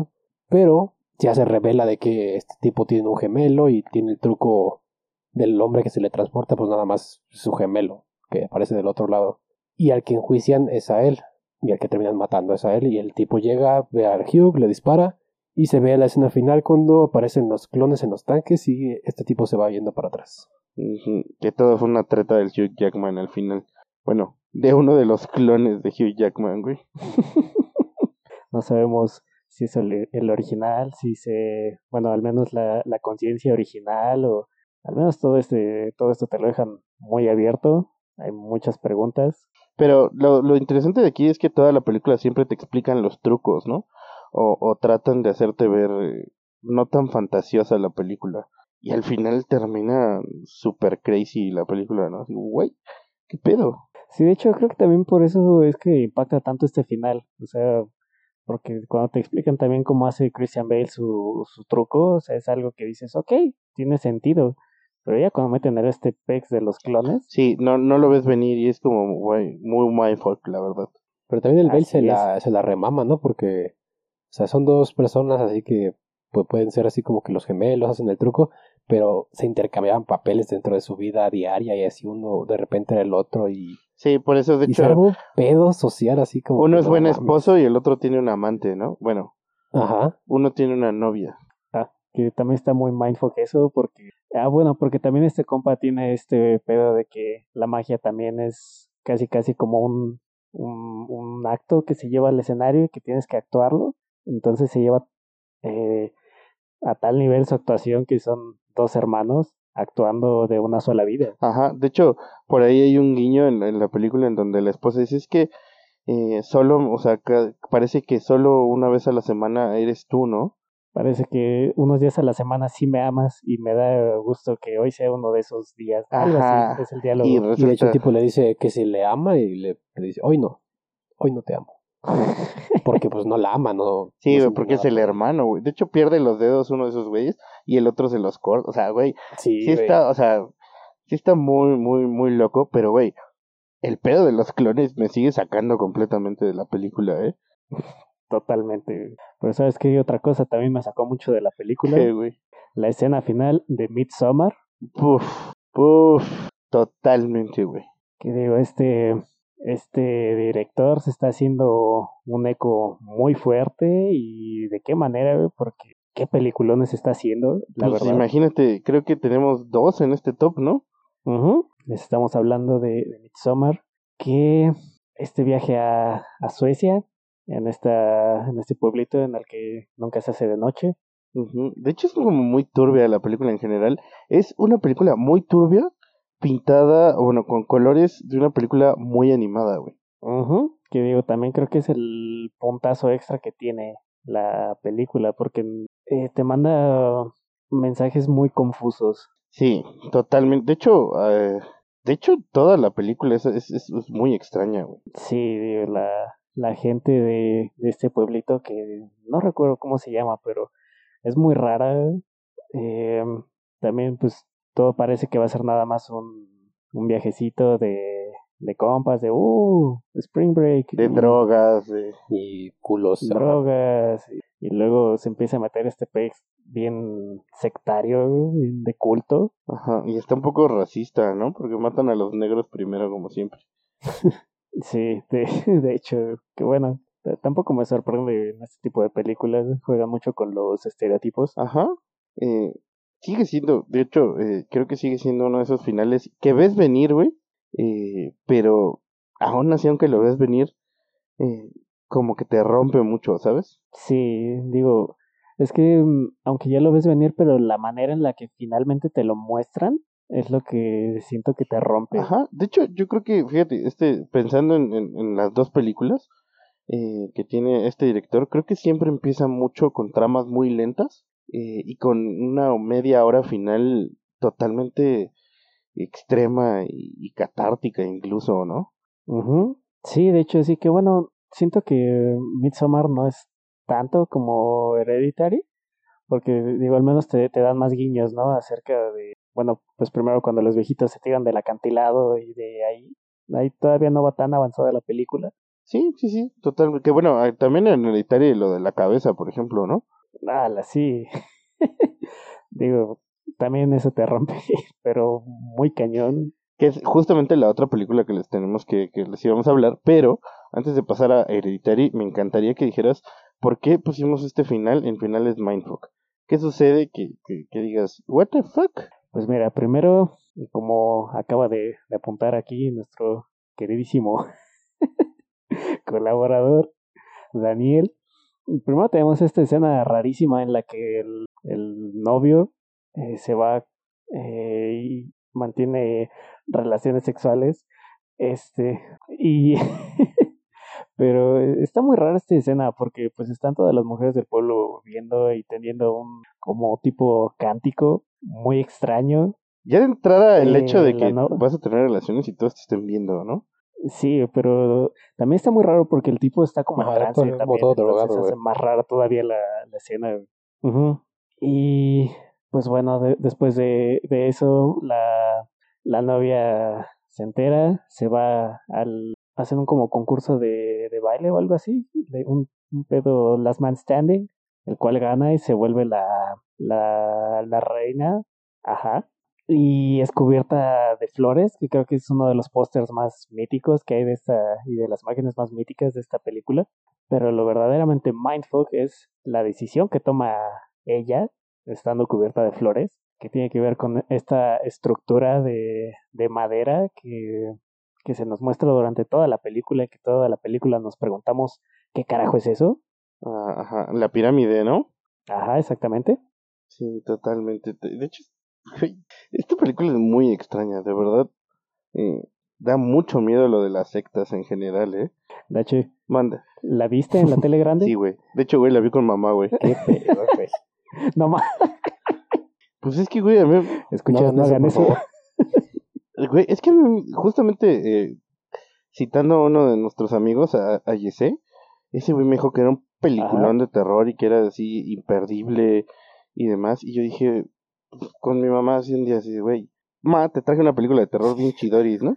pero ya se revela de que este tipo tiene un gemelo y tiene el truco del hombre que se le transporta, pues nada más su gemelo, que aparece del otro lado. Y al que enjuician es a él, y al que terminan matando es a él, y el tipo llega, ve a Hugh, le dispara, y se ve la escena final cuando aparecen los clones en los tanques y este tipo se va yendo para atrás. Uh-huh. Que todo fue una treta del Hugh Jackman al final. Bueno, de uno de los clones de Hugh Jackman, güey. No sabemos si es el, el original, si se... Bueno, al menos la, la conciencia original, o al menos todo este todo esto te lo dejan muy abierto. Hay muchas preguntas. Pero lo, lo interesante de aquí es que toda la película siempre te explican los trucos, ¿no? O, o tratan de hacerte ver eh, no tan fantasiosa la película. Y al final termina super crazy la película, ¿no? Así, güey, ¿qué pedo? Sí, de hecho creo que también por eso es que impacta tanto este final. O sea, porque cuando te explican también cómo hace Christian Bale su, su truco, o sea, es algo que dices, ok, tiene sentido. Pero ya cuando meten a este pex de los clones... Sí, no, no lo ves venir y es como, güey, muy mindfuck, la verdad. Pero también el Bale se la, se la remama, ¿no? Porque, o sea, son dos personas así que pues, pueden ser así como que los gemelos hacen el truco, pero se intercambiaban papeles dentro de su vida diaria y así uno de repente era el otro y... Sí, por eso de y hecho... algo pedo social así como... Uno es no, buen mames. esposo y el otro tiene un amante, ¿no? Bueno, Ajá. Uno tiene una novia. Ah, que también está muy mindfuck eso porque... Ah, bueno, porque también este compa tiene este pedo de que la magia también es casi casi como un, un, un acto que se lleva al escenario y que tienes que actuarlo. Entonces se lleva eh, a tal nivel su actuación que son dos hermanos actuando de una sola vida. Ajá, de hecho, por ahí hay un guiño en, en la película en donde la esposa dice, es que eh, solo, o sea, que parece que solo una vez a la semana eres tú, ¿no? Parece que unos días a la semana sí me amas y me da gusto que hoy sea uno de esos días. Algo Ajá. así es el diálogo. Y Y de hecho resulta... el tipo le dice que si le ama y le, le dice, hoy no, hoy no te amo. Porque pues no la ama, no. Sí, no güey, porque es el hermano, güey. De hecho, pierde los dedos uno de esos güeyes y el otro se los corta. O sea, güey, Sí, sí güey. está, o sea, sí está muy, muy, muy loco, pero, güey, el pedo de los clones me sigue sacando completamente de la película, ¿eh? Totalmente. Pero ¿sabes qué? Otra cosa también me sacó mucho de la película. ¿Qué, güey? La escena final de Midsommar. Puf, puf, totalmente, güey. Que digo, este, este director se está haciendo un eco muy fuerte. ¿Y de qué manera, güey? Porque qué peliculones está haciendo, la Pues verdad. imagínate, creo que tenemos dos en este top, ¿no? Uh-huh. Les estamos hablando de, de Midsommar. Que este viaje a, a Suecia, en esta en este pueblito en el que nunca se hace de noche. Uh-huh. De hecho es como muy turbia la película en general. Es una película muy turbia, pintada, bueno, con colores de una película muy animada, güey. Uh-huh. Que digo, también creo que es el puntazo extra que tiene la película, porque eh, te manda mensajes muy confusos. Sí, totalmente. De hecho, eh, de hecho toda la película es, es, es muy extraña, güey. Sí, digo, la, la gente de, de este pueblito que no recuerdo cómo se llama, pero es muy rara. Eh, también pues todo parece que va a ser nada más un, un viajecito de, de compas, de uh, Spring Break. De y, drogas, de... Y culos. drogas. Y, y luego se empieza a meter este pez bien sectario, bien de culto. Ajá, y está un poco racista, ¿no? Porque matan a los negros primero, como siempre. Sí, de, de hecho, que bueno, t- tampoco me sorprende en este tipo de películas, juega mucho con los estereotipos. Ajá. Eh, sigue siendo, de hecho, eh, creo que sigue siendo uno de esos finales que ves venir, güey. Eh, pero aún así, aunque lo ves venir, eh, como que te rompe mucho, ¿sabes? Sí, digo, es que mm, aunque ya lo ves venir, pero la manera en la que finalmente te lo muestran es lo que siento que te rompe. Ajá, de hecho, yo creo que, fíjate, este, pensando en, en, en las dos películas eh, que tiene este director, creo que siempre empieza mucho con tramas muy lentas eh, y con una media hora final totalmente extrema y, y catártica incluso, ¿no? Ujú. Sí, de hecho, sí que bueno, siento que Midsommar no es tanto como Hereditary, porque digo, al menos te, te dan más guiños, ¿no? Acerca de, bueno, pues primero cuando los viejitos se tiran del acantilado y de ahí, ahí todavía no va tan avanzada la película. Sí, sí, sí, totalmente. Que bueno, ah, también en Hereditary lo de la cabeza, por ejemplo, ¿no? ala, sí. Digo, también eso te rompe, pero muy cañón. Que es justamente la otra película que les tenemos que, que les íbamos a hablar, pero antes de pasar a Hereditary, me encantaría que dijeras por qué pusimos este final en finales Mindfuck. ¿Qué sucede que, que, que digas, what the fuck? Pues mira, primero, como acaba de, de apuntar aquí nuestro queridísimo colaborador, Daniel, primero tenemos esta escena rarísima en la que el, el novio eh, se va eh, y mantiene relaciones sexuales, este, y pero está muy rara esta escena porque pues están todas las mujeres del pueblo viendo y teniendo un como tipo cántico muy extraño. Ya de entrada el Eh, hecho de la que no- vas a tener relaciones y todos te estén viendo, ¿no? Sí, pero también está muy raro porque el tipo está como en Ajá, trance todo- también, todo entonces drogado, hace güey. más rara todavía la, la escena. güey. Ujú. Y pues bueno, de- después de, de eso, la, la novia se entera, se va al hacer un como concurso de, de baile o algo así, de un, un pedo Last Man Standing, el cual gana y se vuelve la, la, la reina, ajá, y es cubierta de flores, que creo que es uno de los pósters más míticos que hay de esta, y de las imágenes más míticas de esta película, pero lo verdaderamente mindfuck es la decisión que toma ella, estando cubierta de flores, que tiene que ver con esta estructura de, de madera que, que se nos muestra durante toda la película y que toda la película nos preguntamos ¿qué carajo es eso? Ah, ajá, la pirámide, ¿no? Ajá, exactamente. Sí, totalmente. De de hecho, güey, esta película es muy extraña, de verdad. Eh, da mucho miedo lo de las sectas en general, ¿eh? De hecho, Manda. ¿la viste en la tele grande? Sí, güey. De hecho, güey, la vi con mamá, güey. Qué pedo, güey. No más. Pues es que, güey, a mí... Escuchas, No no, hagan hagan eso, eso. por favor. Güey, es que a mí, justamente, eh, citando a uno de nuestros amigos, a, a Yesé, ese güey me dijo que era un peliculón de terror y que era así imperdible y demás. Y yo dije, pues, con mi mamá así un día así, de, güey, ma, te traje una película de terror bien chidoris, ¿no?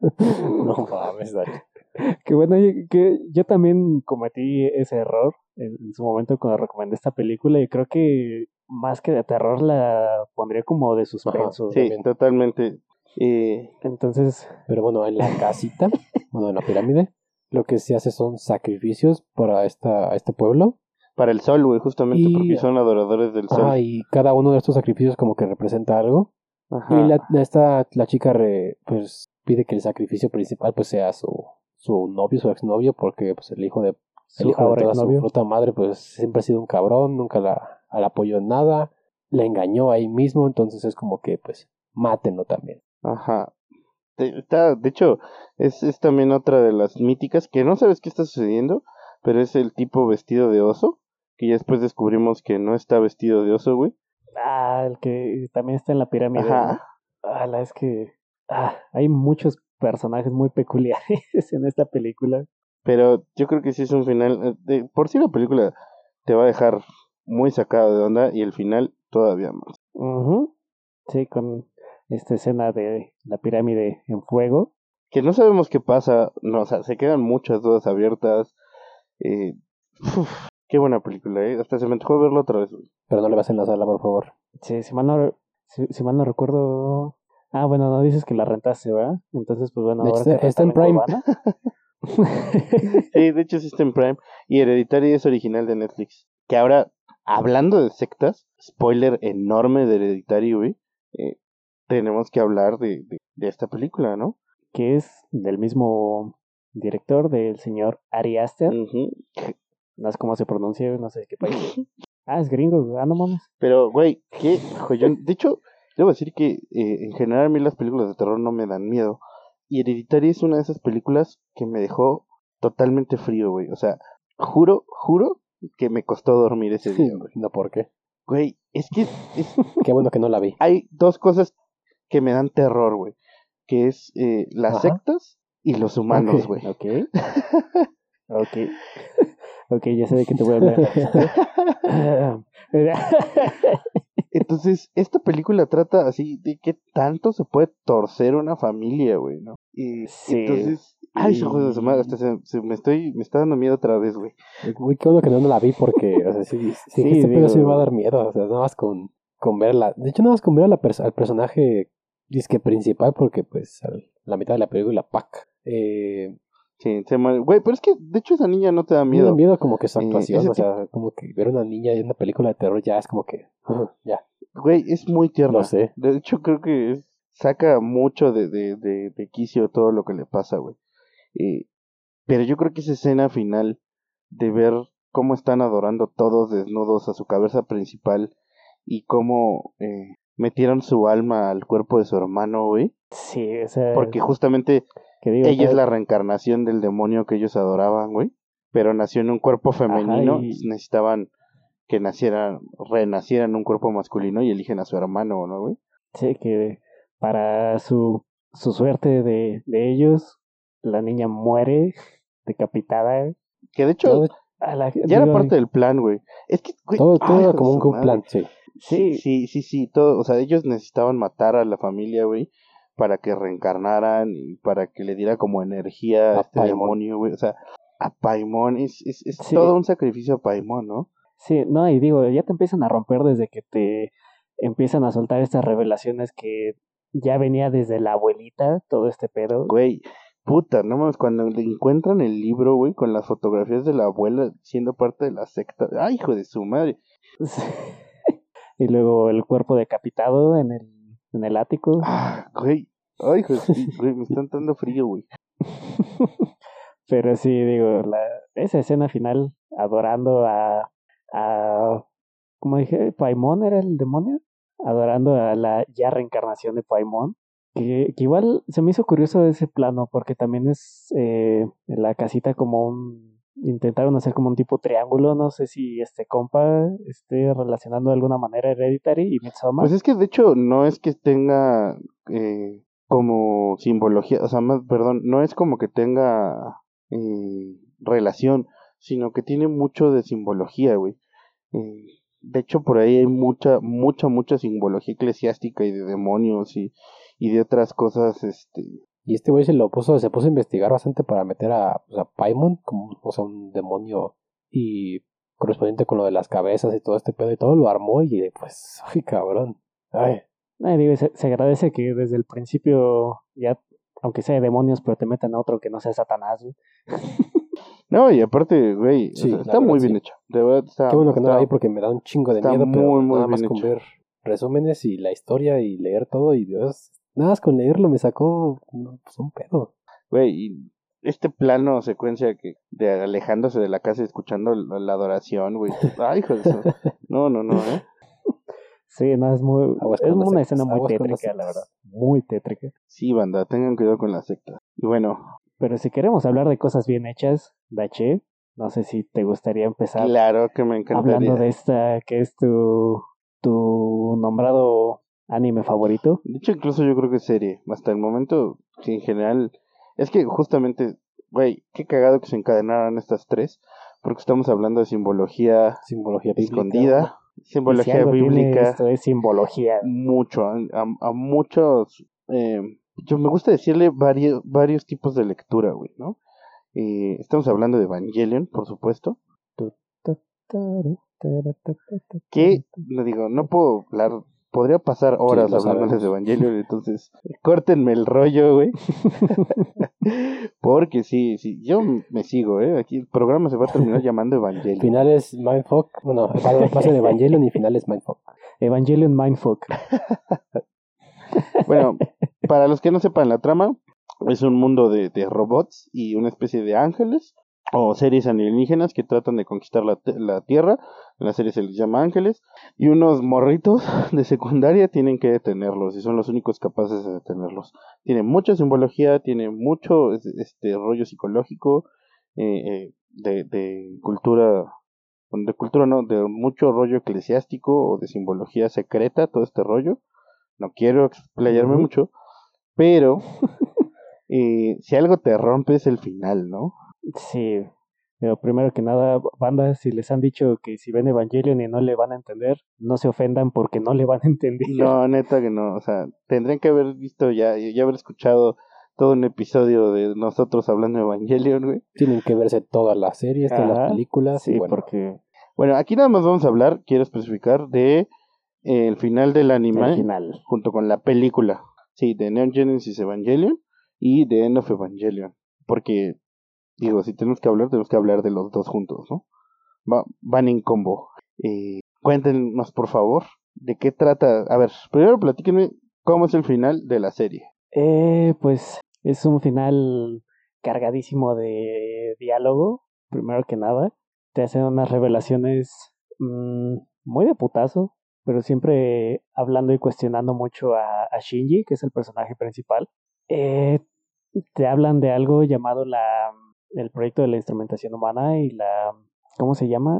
No mames, Dani. Que bueno, y que yo también cometí ese error en, en su momento cuando recomendé esta película y creo que más que de terror la pondría como de suspenso. Sí, totalmente. Eh, Entonces, Pero bueno, en la casita, bueno, en la pirámide, lo que se hace son sacrificios para esta, este pueblo. para el sol, güey, justamente Y- porque son adoradores del sol. Ajá, y cada uno de estos sacrificios como que representa algo. Ajá. Y la, la- esta, la chica re- pues pide que el sacrificio principal pues sea su, su novio, su exnovio, porque pues el hijo de su el hijo de ahora toda su exnovio. puta madre pues siempre ha sido un cabrón, nunca la, la apoyó en nada, la engañó ahí mismo, entonces es como que pues mátenlo también. Ajá. De, está, de hecho, es, es también otra de las míticas que no sabes qué está sucediendo, pero es el tipo vestido de oso, que ya después descubrimos que no está vestido de oso, güey. Ah, el que también está en la pirámide. Ajá. ¿no? Ah, la es que ah, hay muchos personajes muy peculiares en esta película. Pero yo creo que sí es un final. eh, de- por sí la película te va a dejar muy sacado de onda y el final todavía más. Ujú. Sí, con esta escena de la pirámide en fuego. Que no sabemos qué pasa, no, o sea, se quedan muchas dudas abiertas. Eh, uf, qué buena película, ¿eh? Hasta se me antojó verla otra vez, güey. Pero no le vas en la sala, por favor. Sí, si mal no, si, si mal no recuerdo. Ah, bueno, no dices que la rentaste, ¿verdad? Entonces, pues bueno, ahora Está- que está en rentarla Prime. Cuevana. Sí, de hecho sí está en Prime. Y Hereditary es original de Netflix. Que ahora, hablando de sectas, spoiler enorme de Hereditary, güey. eh, tenemos que hablar de, de, de esta película, ¿no? Que es del mismo director, del señor Ari Aster. Ujú. No sé cómo se pronuncia, no sé de qué país es. Ah, es gringo, güey. Ah, no mames. Pero, güey, qué joyón. De hecho, debo decir que eh, en general a mí las películas de terror no me dan miedo. Y Hereditary es una de esas películas que me dejó totalmente frío, güey. O sea, juro, juro que me costó dormir ese día, güey. No, ¿por qué? Güey, es que es, Qué bueno que no la vi. hay dos cosas que me dan terror, güey. Que es eh, las Ajá. sectas y los humanos, Ok. güey. Ok. Ok. Ok, ya sé de qué te voy a hablar. Entonces, esta película trata así de qué tanto se puede torcer una familia, güey, ¿no? Y Sí. entonces, Ay, hijo de su madre, hasta se, se me estoy, me está dando miedo otra vez, güey. Güey, qué bueno que no, no la vi porque, o sea, sí, sí, Sí, este pedo digo- sí me va a dar miedo, o sea, nada más con, con verla. De hecho, nada más con ver a la pers- al personaje disque principal porque, pues, al- la mitad de la película, Pac. Eh, Sí, se muere. Güey, pero es que, de hecho, esa niña no te da me miedo. da miedo como que su Eh, actuación, ese o sea, como que ver a una niña en una película de terror ya es como que, ujú, ya, Güey, es muy tierna. lo sé. De hecho, creo que es- saca mucho de, de, de, de quicio todo lo que le pasa, güey. Eh, pero yo creo que esa escena final de ver cómo están adorando todos desnudos a su cabeza principal y cómo eh, metieron su alma al cuerpo de su hermano, güey. Sí, o sea, Porque justamente que digo, ella es tal- la reencarnación del demonio que ellos adoraban, güey. Pero nació en un cuerpo femenino, y- entonces necesitaban que naciera, renaciera en un cuerpo masculino y eligen a su hermano, ¿no, güey? sí, que para su, su suerte de, de ellos, la niña muere decapitada. Que de hecho, Todo, A la- ya era digo, parte del plan, güey. Es que, güey, todo, ay, todo hijo era de como un, su un madre. plan, sí. Sí, Sí. sí, sí, sí, todo, o sea, ellos necesitaban matar a la familia, güey, para que reencarnaran y para que le diera como energía a A este Paimon. demonio, güey, o sea, a Paimon, es, es, es Sí. todo un sacrificio a Paimon, ¿no? Sí, no, y digo, ya te empiezan a romper desde que te empiezan a soltar estas revelaciones que ya venía desde la abuelita, todo este pedo. Güey, puta, no mames, cuando le encuentran el libro, güey, con las fotografías de la abuela siendo parte de la secta, ay, hijo de su madre. Y luego el cuerpo decapitado en el, en el ático. Ah, güey, ay, hijo de su- güey, me está dando frío, güey. Pero sí, digo, la, esa escena final, adorando a, a, como dije, Paimon era el demonio, adorando a la ya reencarnación de Paimon, que, que igual se me hizo curioso ese plano, porque también es eh, en la casita como un, intentaron hacer como un tipo triángulo, no sé si este compa esté relacionando de alguna manera Hereditary y Midsommar. Pues es que de hecho no es que tenga eh, como simbología, o sea, más, perdón, no es como que tenga eh, relación, sino que tiene mucho de simbología, güey. Eh, de hecho, por ahí hay mucha, mucha, mucha simbología eclesiástica y de demonios y, y de otras cosas, este... Y este güey se lo puso, se puso a investigar bastante para meter a, pues, a Paimon, como, o sea, un demonio y correspondiente con lo de las cabezas y todo este pedo y todo lo armó y pues, ay, cabrón. Ay, Ay, digo, se, se agradece que desde el principio ya, aunque sea de demonios, pero te metan a otro que no sea Satanás, güey. No, y aparte, güey, o Sí, sea, la está verdad, muy bien sí. hecho. De verdad está... qué bueno que no está- la vi porque me da un chingo de está miedo, pero muy, muy nada más bien con hecho. ver resúmenes y la historia y leer todo y Dios, nada más con leerlo me sacó no, pues, un pedo. Güey, y este plano secuencia que de alejándose de la casa y escuchando la, la adoración, güey. Ay, hijo de su... No, no, no, ¿eh? Sí, no, es muy, Aguas es con las una sectas, escena muy aguas con las tétrica, la sectas. verdad. Muy tétrica. Sí, banda, tengan cuidado con las sectas. Y bueno, Pero si queremos hablar de cosas bien hechas, Dache, no sé si te gustaría empezar claro que me encantaría. hablando de esta, que es tu, tu nombrado anime favorito. De hecho, incluso yo creo que serie. Hasta el momento, sí, en general... Es que justamente, güey, qué cagado que se encadenaran estas tres. Porque estamos hablando de simbología Simbología bíblica. escondida, Y si simbología algo tiene bíblica. esto es simbología. Mucho, a, a- a muchos, eh, yo me gusta decirle varios, varios tipos de lectura, güey, ¿no? Eh, estamos hablando de Evangelion, por supuesto, que, le digo, no puedo hablar, podría pasar horas lo hablándoles sabemos. de Evangelion, entonces, córtenme el rollo, güey, porque sí, sí, yo me sigo, ¿eh? Aquí el programa se va a terminar llamando Evangelion. Finales Mindfuck, bueno, va va a ser Evangelion y finales Mindfuck. Evangelion Mindfuck. Bueno, para los que no sepan la trama, es un mundo de, de robots y una especie de ángeles o seres alienígenas que tratan de conquistar la, te- la Tierra. En la serie se les llama ángeles. Y unos morritos de secundaria tienen que detenerlos y son los únicos capaces de detenerlos. Tiene mucha simbología, tiene mucho es- este rollo psicológico, eh, eh, de, de cultura, de cultura no, de mucho rollo eclesiástico o de simbología secreta, todo este rollo. No quiero explayarme Ujú. mucho, pero eh, si algo te rompe es el final, ¿no? Sí, pero primero que nada, banda, si les han dicho que si ven Evangelion y no le van a entender, no se ofendan porque no le van a entender. No, neta que no, o sea, tendrían que haber visto ya, ya haber escuchado todo un episodio de nosotros hablando de Evangelion, güey. Tienen que verse todas las series, todas Ajá, las películas. Sí, y bueno, porque Bueno, aquí nada más vamos a hablar, quiero especificar, de eh, el final del anime el final. junto con la película. Sí, de Neon Genesis Evangelion y de End of Evangelion. Porque, digo, si tenemos que hablar, tenemos que hablar de los dos juntos, ¿no? Va, van en combo. Eh, cuéntenos, por favor, de qué trata. A ver, primero platíquenme cómo es el final de la serie. Eh, pues es un final cargadísimo de diálogo, primero que nada. Te hacen unas revelaciones mmm, muy de putazo, pero siempre hablando y cuestionando mucho a, a Shinji, que es el personaje principal. Eh, te hablan de algo llamado la el proyecto de la instrumentación humana y la... ¿Cómo se llama?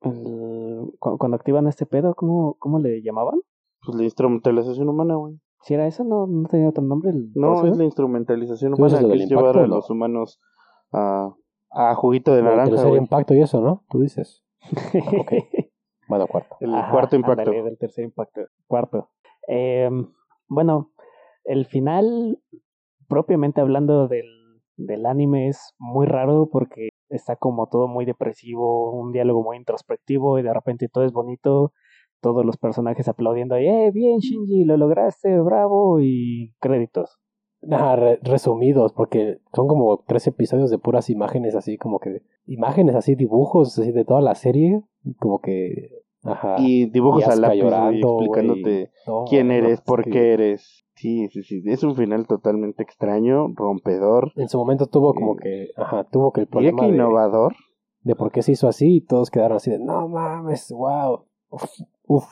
El, cu- cuando activan este pedo, ¿cómo, cómo le llamaban? Pues la instrumentalización humana, güey. Si era eso, no, no tenía otro nombre. El No, proceso? es la instrumentalización ¿Tú dices humana, lo que del es llevar impacto, a no? los humanos a, a juguito de Como el naranja, tercer güey. impacto y eso, ¿no? Tú dices. Ok. Bueno, cuarto. El Ajá, cuarto impacto. ándale, del tercer impacto. Cuarto. Eh, bueno, el final, propiamente hablando del, del anime, es muy raro porque está como todo muy depresivo, un diálogo muy introspectivo y de repente todo es bonito, todos los personajes aplaudiendo, ¡eh, bien Shinji, lo lograste, bravo! Y créditos. Ah, re- resumidos, porque son como tres episodios de puras imágenes así, como que imágenes así, dibujos así de toda la serie, como que, ajá, Y dibujos a Asuka lápiz, güey, llorando, explicándote güey. No, quién no, eres, es por que qué eres. Sí, sí, sí. Es un final totalmente extraño, rompedor. En su momento tuvo como Eh, que, ajá, tuvo que el Diría problema que de, innovador. de por qué se hizo así y todos quedaron así de, no mames, wow, uf, uf.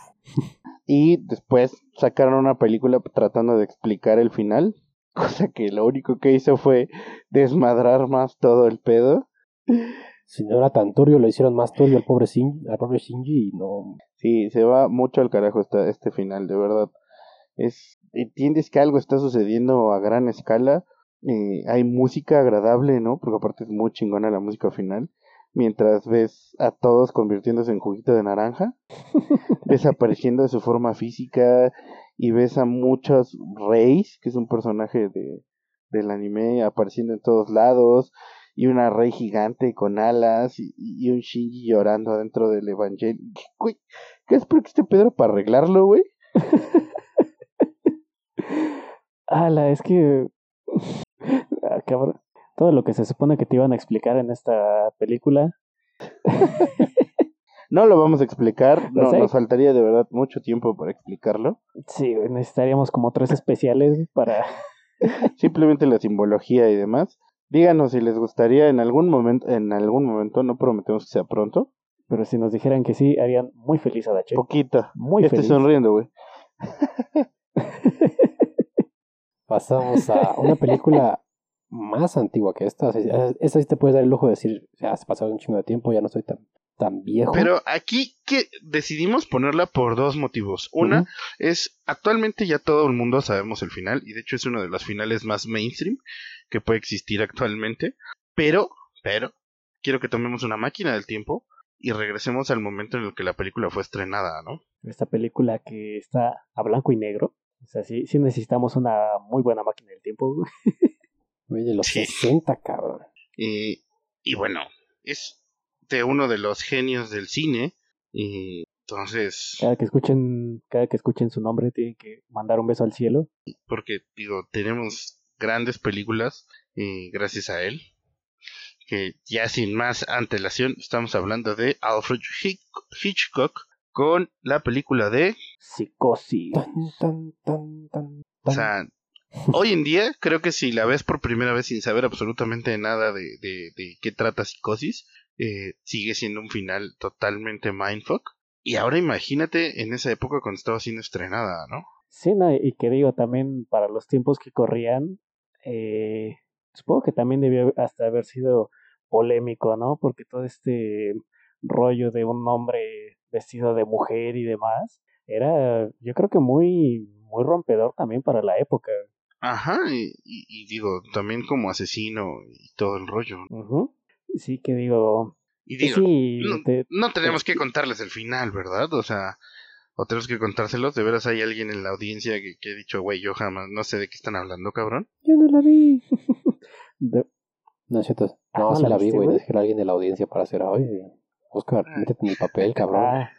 Y después sacaron una película tratando de explicar el final. Cosa que lo único que hizo fue desmadrar más todo el pedo. Si no era tan turbio, lo hicieron más turbio al pobre Shinji, al pobre Shinji y no. Sí, se va mucho al carajo esta, este final, de verdad. Es, entiendes que algo está sucediendo a gran escala. Eh, hay música agradable, ¿no? Porque aparte es muy chingona la música final. Mientras ves a todos convirtiéndose en juguito de naranja, desapareciendo de su forma física, y ves a muchos Reis, que es un personaje de, del anime, apareciendo en todos lados, y una Rey gigante con alas, y, y un Shinji llorando adentro del Evangelio. ¿Qué, güey? ¿Qué es por qué este Pedro para arreglarlo, güey? Ala, es que... ah, cabrón. Todo lo que se supone que te iban a explicar en esta película. No lo vamos a explicar, Lo no, sé. nos faltaría de verdad mucho tiempo para explicarlo. Sí, necesitaríamos como tres especiales para... Simplemente la simbología y demás. Díganos si les gustaría en algún momento, en algún momento, no prometemos que sea pronto. Pero si nos dijeran que sí, harían muy feliz a Dache. Poquita. Muy Ya estoy feliz. sonriendo, güey. Pasamos a una película más antigua que esta. O sea, esta sí te puedes dar el lujo de decir, ya has pasado un chingo de tiempo, ya no estoy tan, tan viejo. Pero aquí que decidimos ponerla por dos motivos. Una Ujú. es, actualmente ya todo el mundo sabemos el final, y de hecho es uno de los finales más mainstream que puede existir actualmente. Pero, pero, quiero que tomemos una máquina del tiempo y regresemos al momento en el que la película fue estrenada, ¿no? Esta película que está a blanco y negro. O sea, sí, sí necesitamos una muy buena máquina del tiempo. Güey, de los Sí. sesenta, cabrón. Y, y bueno, es de uno de los genios del cine, y entonces, Cada que escuchen, cada que escuchen su nombre tienen que mandar un beso al cielo. porque digo, tenemos grandes películas y gracias a él, que ya sin más antelación estamos hablando de Alfred Hitch- Hitchcock con la película de, Psicosis. Tan, tan, tan, tan, o tan. sea, hoy en día creo que si la ves por primera vez sin saber absolutamente nada de, de, de qué trata Psicosis, eh, sigue siendo un final totalmente mindfuck. Y ahora imagínate en esa época cuando estaba siendo estrenada, ¿no? Sí, no, y que digo, también para los tiempos que corrían, eh, supongo que también debió hasta haber sido polémico, ¿no? Porque todo este rollo de un hombre vestido de mujer y demás, era, yo creo que muy, muy rompedor también para la época. Ajá, y, y, y digo, también como asesino y todo el rollo. Ujú. Sí, que digo, Y digo, sí, no, te- no tenemos que contarles el final, ¿verdad? O sea, o tenemos que contárselos. De veras hay alguien en la audiencia que, que ha dicho, güey, yo jamás, no sé de qué están hablando, cabrón. Yo no la vi. De- No, es cierto. Ah, No, ¿no sí la la vi, viste, güey. güey? Dejé a alguien de la audiencia para hacer, oye, Oscar, métete en el papel, cabrón. Ah,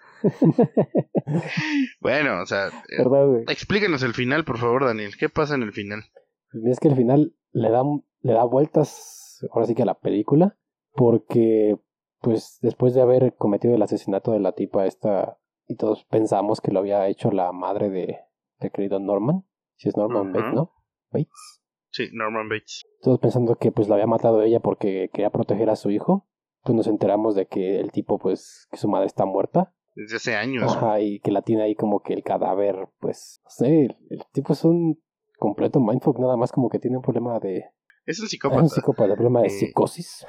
Bueno, o sea, eh, perdón, güey. explíquenos el final, por favor, Daniel. ¿Qué pasa en el final? Es que al final le da, le da vueltas, ahora sí que a la película, porque, pues, después de haber cometido el asesinato de la tipa esta, y todos pensamos que lo había hecho la madre de, de querido Norman, si es Norman Ujú. Bates, ¿no? Bates. Sí, Norman Bates. Todos pensando que, pues, lo había matado ella porque quería proteger a su hijo, pues nos enteramos de que el tipo, pues, que su madre está muerta. Desde hace años. Ajá, y que la tiene ahí como que el cadáver, pues, no sé, el, el tipo es un completo mindfuck, nada más como que tiene un problema de... Es un Es psicópata. un psicópata, problema de Eh. psicosis.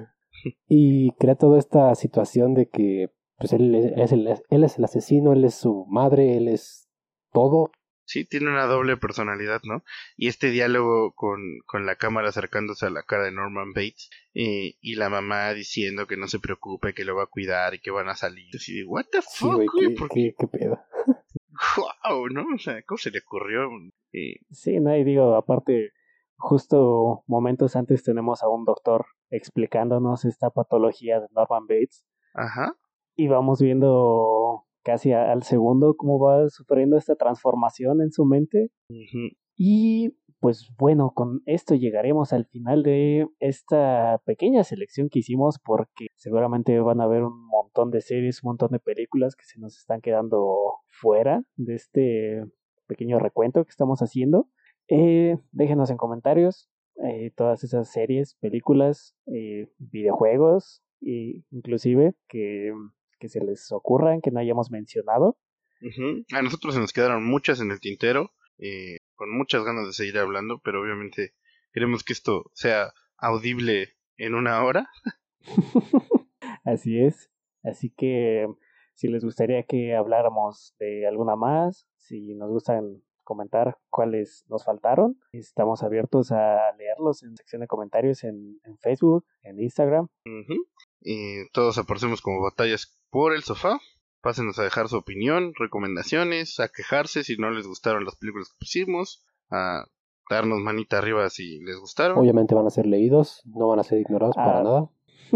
Y crea toda esta situación de que, pues, él es, el, él es el asesino, él es su madre, él es todo. Sí, tiene una doble personalidad, ¿no? Y este diálogo con, con la cámara acercándose a la cara de Norman Bates eh, y la mamá diciendo que no se preocupe, que lo va a cuidar y que van a salir. Así de, what the Sí, fuck, güey, güey, qué, ¿por qué, qué pedo. Wow, ¿no? O sea, ¿cómo se le ocurrió? Eh, Sí, no, y digo, aparte, justo momentos antes tenemos a un doctor explicándonos esta patología de Norman Bates ajá. y vamos viendo casi a- al segundo cómo va sufriendo esta transformación en su mente. Ujú. Y pues bueno, con esto llegaremos al final de esta pequeña selección que hicimos porque seguramente van a haber un montón de series, un montón de películas que se nos están quedando fuera de este pequeño recuento que estamos haciendo. Eh, déjenos en comentarios eh, todas esas series, películas, eh, videojuegos e inclusive que, que se les ocurran que no hayamos mencionado. Ujú. A nosotros se nos quedaron muchas en el tintero, eh, con muchas ganas de seguir hablando, pero obviamente queremos que esto sea audible en una hora. Así es. Así que si les gustaría que habláramos de alguna más, si nos gustan comentar cuáles nos faltaron, estamos abiertos a leerlos en sección de comentarios en, en Facebook, en Instagram. Ujú. Eh, todos aparecemos como Batallas por el Sofá. Pásenos a dejar su opinión, recomendaciones, a quejarse si no les gustaron las películas que pusimos, a darnos manita arriba si les gustaron. Obviamente van a ser leídos, no van a ser ignorados para Ah. nada.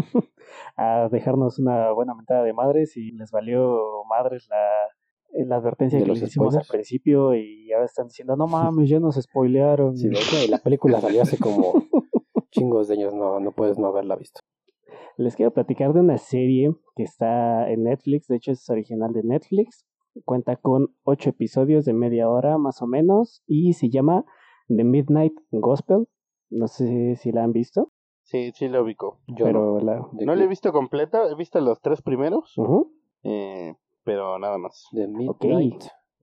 A dejarnos una buena mentada de madres si les valió madres la, la advertencia ¿De que los les hicimos al spoilers? principio y ahora están diciendo, no mames, ya nos spoilearon. Sí, de hecho, y la película salió hace como chingos de años, no, no puedes no haberla visto. Les quiero platicar de una serie que está en Netflix, de hecho es original de Netflix, cuenta con ocho episodios de media hora más o menos y se llama The Midnight Gospel, no sé si la han visto, Sí, sí lo ubico. Yo pero no. la... ¿De No qué? la he visto completa, he visto los tres primeros, Ujú. eh, pero nada más. The Midnight.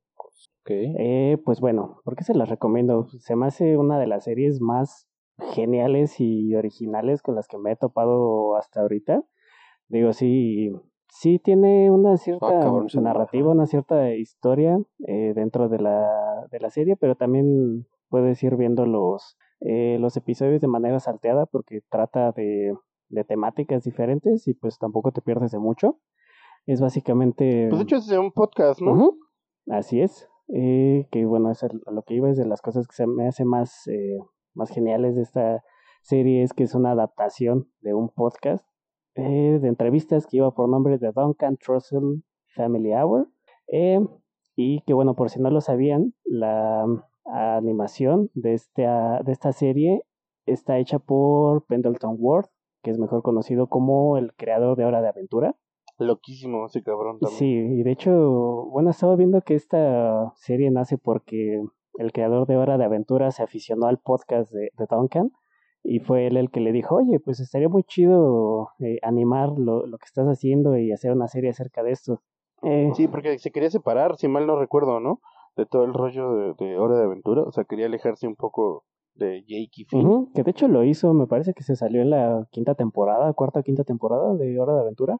Ok. Eh, pues bueno, ¿por qué se las recomiendo? Se me hace una de las series más geniales y originales con las que me he topado hasta ahorita. Digo, sí, sí tiene una cierta Ah, cabrón, se me narrativa, baja. una cierta historia eh, dentro de la, de la serie, pero también puedes ir viendo los, eh, los episodios de manera salteada porque trata de, de temáticas diferentes y pues tampoco te pierdes de mucho. Es básicamente... Pues de hecho es de un podcast, ¿no? Ujú, así es. Eh, que bueno, es el- a lo que iba es de las cosas que se me hace más, eh, más geniales de esta serie es que es una adaptación de un podcast eh, de entrevistas que iba por nombre de Duncan Trussell Family Hour. Eh, y que bueno, por si no lo sabían, la mm, animación de esta, de esta serie está hecha por Pendleton Ward, que es mejor conocido como el creador de Hora de Aventura. Loquísimo ese cabrón también. Sí, y de hecho, bueno, estaba viendo que esta serie nace porque el creador de Hora de Aventura se aficionó al podcast de, de Duncan y fue él el que le dijo, oye, pues estaría muy chido eh, animar lo, lo que estás haciendo y hacer una serie acerca de esto. Eh, Sí, porque se quería separar, si mal no recuerdo, ¿no? De todo el rollo de, de Hora de Aventura. O sea, quería alejarse un poco de Jake y Finn. ujú, que de hecho lo hizo, me parece que se salió en la quinta temporada, cuarta o quinta temporada de Hora de Aventura.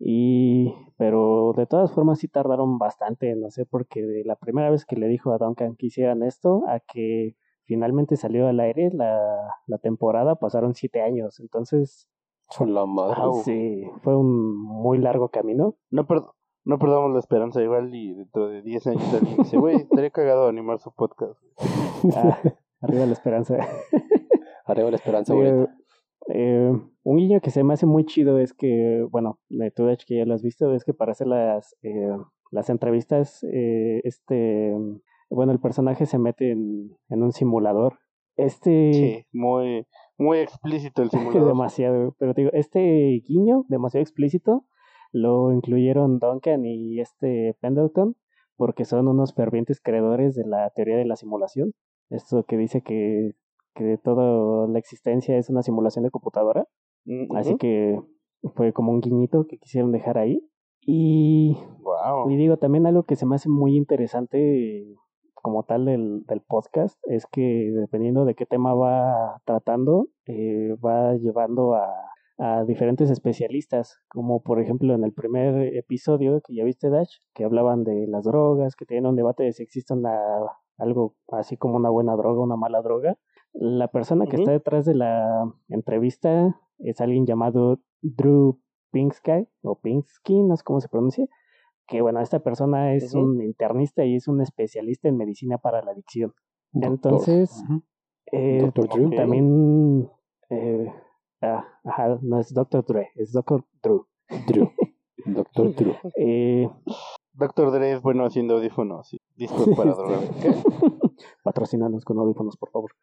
Y, pero de todas formas sí tardaron bastante, no sé, porque de la primera vez que le dijo a Duncan que hicieran esto, a que finalmente salió al aire la, la temporada, pasaron siete años. Entonces, Son la madre. Au. sí, fue un muy largo camino. No, per- no perdamos la esperanza, igual y dentro de diez años alguien dice, güey, estaría cagado animar su podcast. Ah, arriba la esperanza. Arriba la esperanza, Eh, bonita. eh, un guiño que se me hace muy chido es que, bueno, de tú de hecho que ya lo has visto, es que para hacer las, eh, las entrevistas, eh, este, bueno, el personaje se mete en, en un simulador. Este... Sí, muy, muy explícito el simulador. Demasiado, pero te digo, este guiño, demasiado explícito, lo incluyeron Duncan y este Pendleton, porque son unos fervientes creadores de la teoría de la simulación. Esto que dice que, que toda la existencia es una simulación de computadora. Uh-huh. Así que fue como un guiñito que quisieron dejar ahí. Y, wow. y digo, también algo que se me hace muy interesante como tal del, del podcast es que dependiendo de qué tema va tratando, eh, va llevando a, a diferentes especialistas, como por ejemplo en el primer episodio que ya viste, Dash, que hablaban de las drogas, que tenían un debate de si existe una, algo así como una buena droga, una mala droga. La persona que uh-huh. está detrás de la entrevista es alguien llamado Drew Pinsky, o Pinsky, no sé cómo se pronuncia, que bueno, esta persona es uh-huh. un internista y es un especialista en medicina para la adicción. Doctor. Entonces, uh-huh. eh, Doctor Drew. También, eh, ah, ajá, no es Doctor Dre, es Doctor Drew. Drew. Doctor Drew. Eh, Doctor Dre es bueno haciendo audífonos y discos para drogar. ¿Qué? Patrocínanos con audífonos, por favor.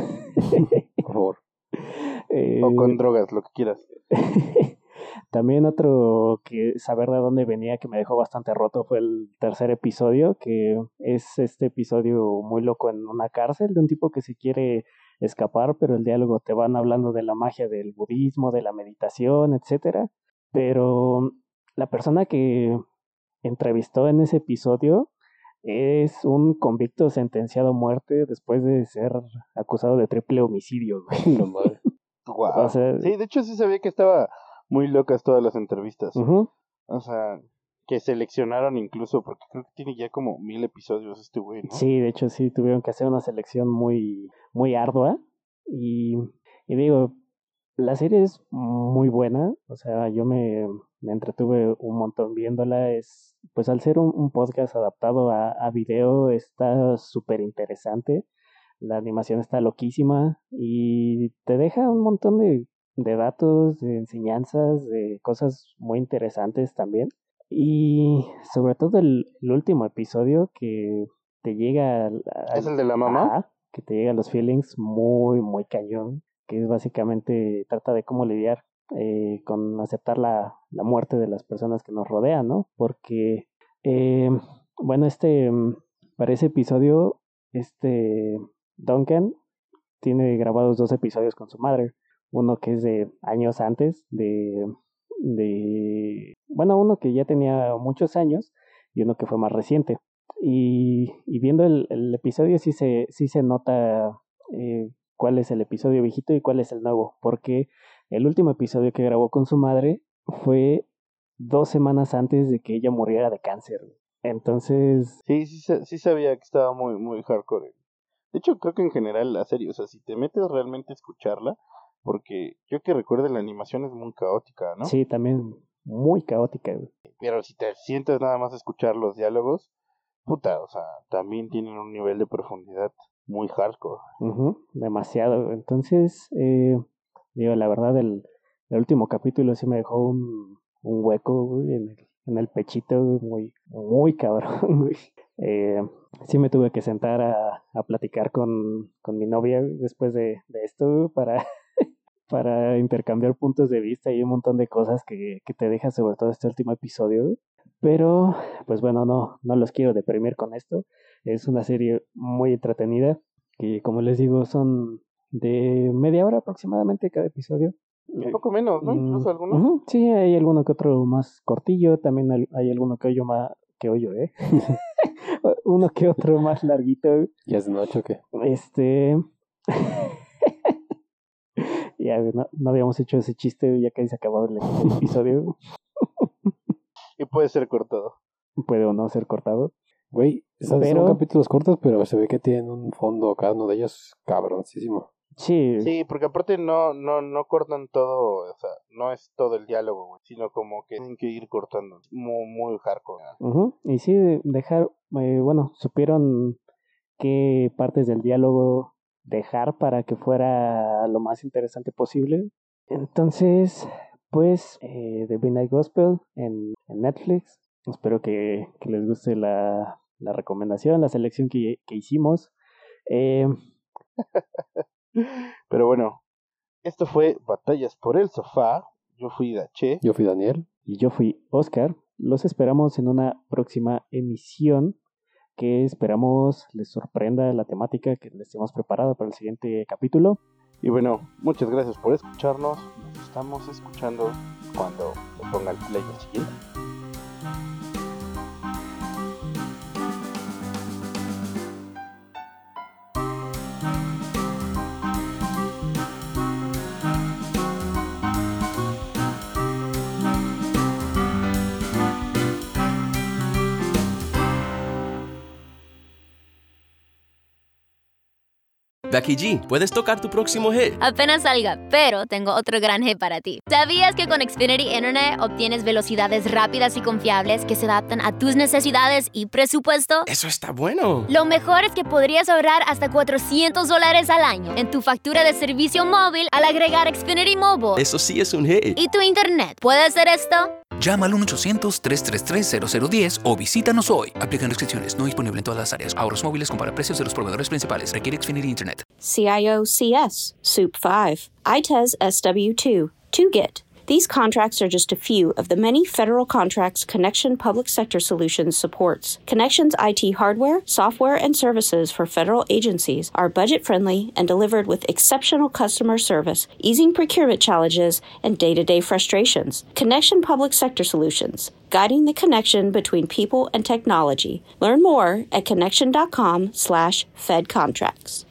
Por favor. Eh, o con drogas, lo que quieras. También otro que saber de dónde venía que me dejó bastante roto fue el tercer episodio, que es este episodio muy loco en una cárcel de un tipo que se quiere escapar, pero el diálogo te van hablando de la magia del budismo, de la meditación, etcétera. Pero la persona que entrevistó en ese episodio es un convicto sentenciado a muerte después de ser acusado de triple homicidio, güey. No, madre. Wow. O sea, sí, de hecho sí sabía que estaba muy locas todas las entrevistas. Uh-huh. O sea, que seleccionaron incluso, porque creo que tiene ya como mil episodios este güey, ¿no? Sí, de hecho sí, tuvieron que hacer una selección muy, muy ardua. Y, y digo, la serie es muy buena. O sea, yo me, me entretuve un montón viéndola. Es, pues al ser un, un podcast adaptado a, a video, está súper interesante. La animación está loquísima y te deja un montón de de datos, de enseñanzas, de cosas muy interesantes también. Y sobre todo el, el último episodio que te llega... Al, al, ¿Es el de la mamá? Ajá, que te llega a los feelings muy, muy cañón, que es básicamente, trata de cómo lidiar eh, con aceptar la, la muerte de las personas que nos rodean, ¿no? Porque, eh, bueno, este, para ese episodio, este Duncan tiene grabados dos episodios con su madre. Uno que es de años antes, de, de, bueno, uno que ya tenía muchos años y uno que fue más reciente. Y, y viendo el, el episodio sí se, sí se nota eh, cuál es el episodio viejito y cuál es el nuevo, porque el último episodio que grabó con su madre fue dos semanas antes de que ella muriera de cáncer. Entonces... Sí, sí, sí sabía que estaba muy, muy hardcore. De hecho, creo que en general la serie, o sea, si te metes realmente a escucharla, porque yo que recuerdo la animación es muy caótica, ¿no? Sí, también muy caótica, güey. Pero si te sientes nada más a escuchar los diálogos, puta, o sea, también tienen un nivel de profundidad muy hardcore. Uh-huh, demasiado. Entonces, eh, digo, la verdad, el, el último capítulo sí me dejó un, un hueco, güey, en el, en el pechito, güey, muy, muy cabrón, güey. Eh, sí me tuve que sentar a, a platicar con, con mi novia después de, de esto para... para intercambiar puntos de vista y un montón de cosas que, que te deja sobre todo este último episodio. Pero, pues bueno, no, no los quiero deprimir con esto. Es una serie muy entretenida, que como les digo, son de media hora aproximadamente cada episodio. Un poco menos, ¿no? Incluso algunos. Uh-huh, sí, hay alguno que otro más cortillo, también hay alguno que oyo más, que oyo, ¿eh? Uno que otro más larguito. ¿Ya es de noche o qué? Este... Ya, no, no habíamos hecho ese chiste, ya casi se acabó el, el episodio. Y puede ser cortado. Puede o no ser cortado. Güey, pero... son capítulos cortos, pero se ve que tienen un fondo cada uno de ellos cabroncísimo. Sí. Sí, porque aparte no, no, no cortan todo, o sea, no es todo el diálogo, güey, sino como que tienen que ir cortando, muy, muy hardcore. Uh-huh. Y sí, dejar, eh, bueno, supieron qué partes del diálogo dejar para que fuera lo más interesante posible. Entonces, pues, eh, The Midnight Gospel en, en Netflix. Espero que, que les guste la, la recomendación, la selección que, que hicimos. Eh... Pero bueno, esto fue Batallas por el Sofá. Yo fui Dache. Yo fui Daniel. Y yo fui Oscar. Los esperamos en una próxima emisión que esperamos les sorprenda la temática que les hemos preparado para el siguiente capítulo. Y bueno, muchas gracias por escucharnos. Nos estamos escuchando cuando le ponga el play al siguiente. Becky G, ¿puedes tocar tu próximo hit? Apenas salga, pero tengo otro gran hit para ti. ¿Sabías que con Xfinity Internet obtienes velocidades rápidas y confiables que se adaptan a tus necesidades y presupuesto? Eso está bueno. Lo mejor es que podrías ahorrar hasta cuatrocientos dólares al año en tu factura de servicio móvil al agregar Xfinity Mobile. Eso sí es un hit. ¿Y tu internet puede hacer esto? Llama al uno ochocientos, tres tres tres, cero cero uno cero o visítanos hoy. Aplican restricciones. No disponible en todas las áreas. Ahorros móviles compara precios de los proveedores principales. Requiere Xfinity Internet. C I O C S, S O U P five, I T E S S W two, two Git. These contracts are just a few of the many federal contracts Connection Public Sector Solutions supports. Connection's I T hardware, software, and services for federal agencies are budget-friendly and delivered with exceptional customer service, easing procurement challenges and day-to-day frustrations. Connection Public Sector Solutions, guiding the connection between people and technology. Learn more at connection dot com slash fed contracts.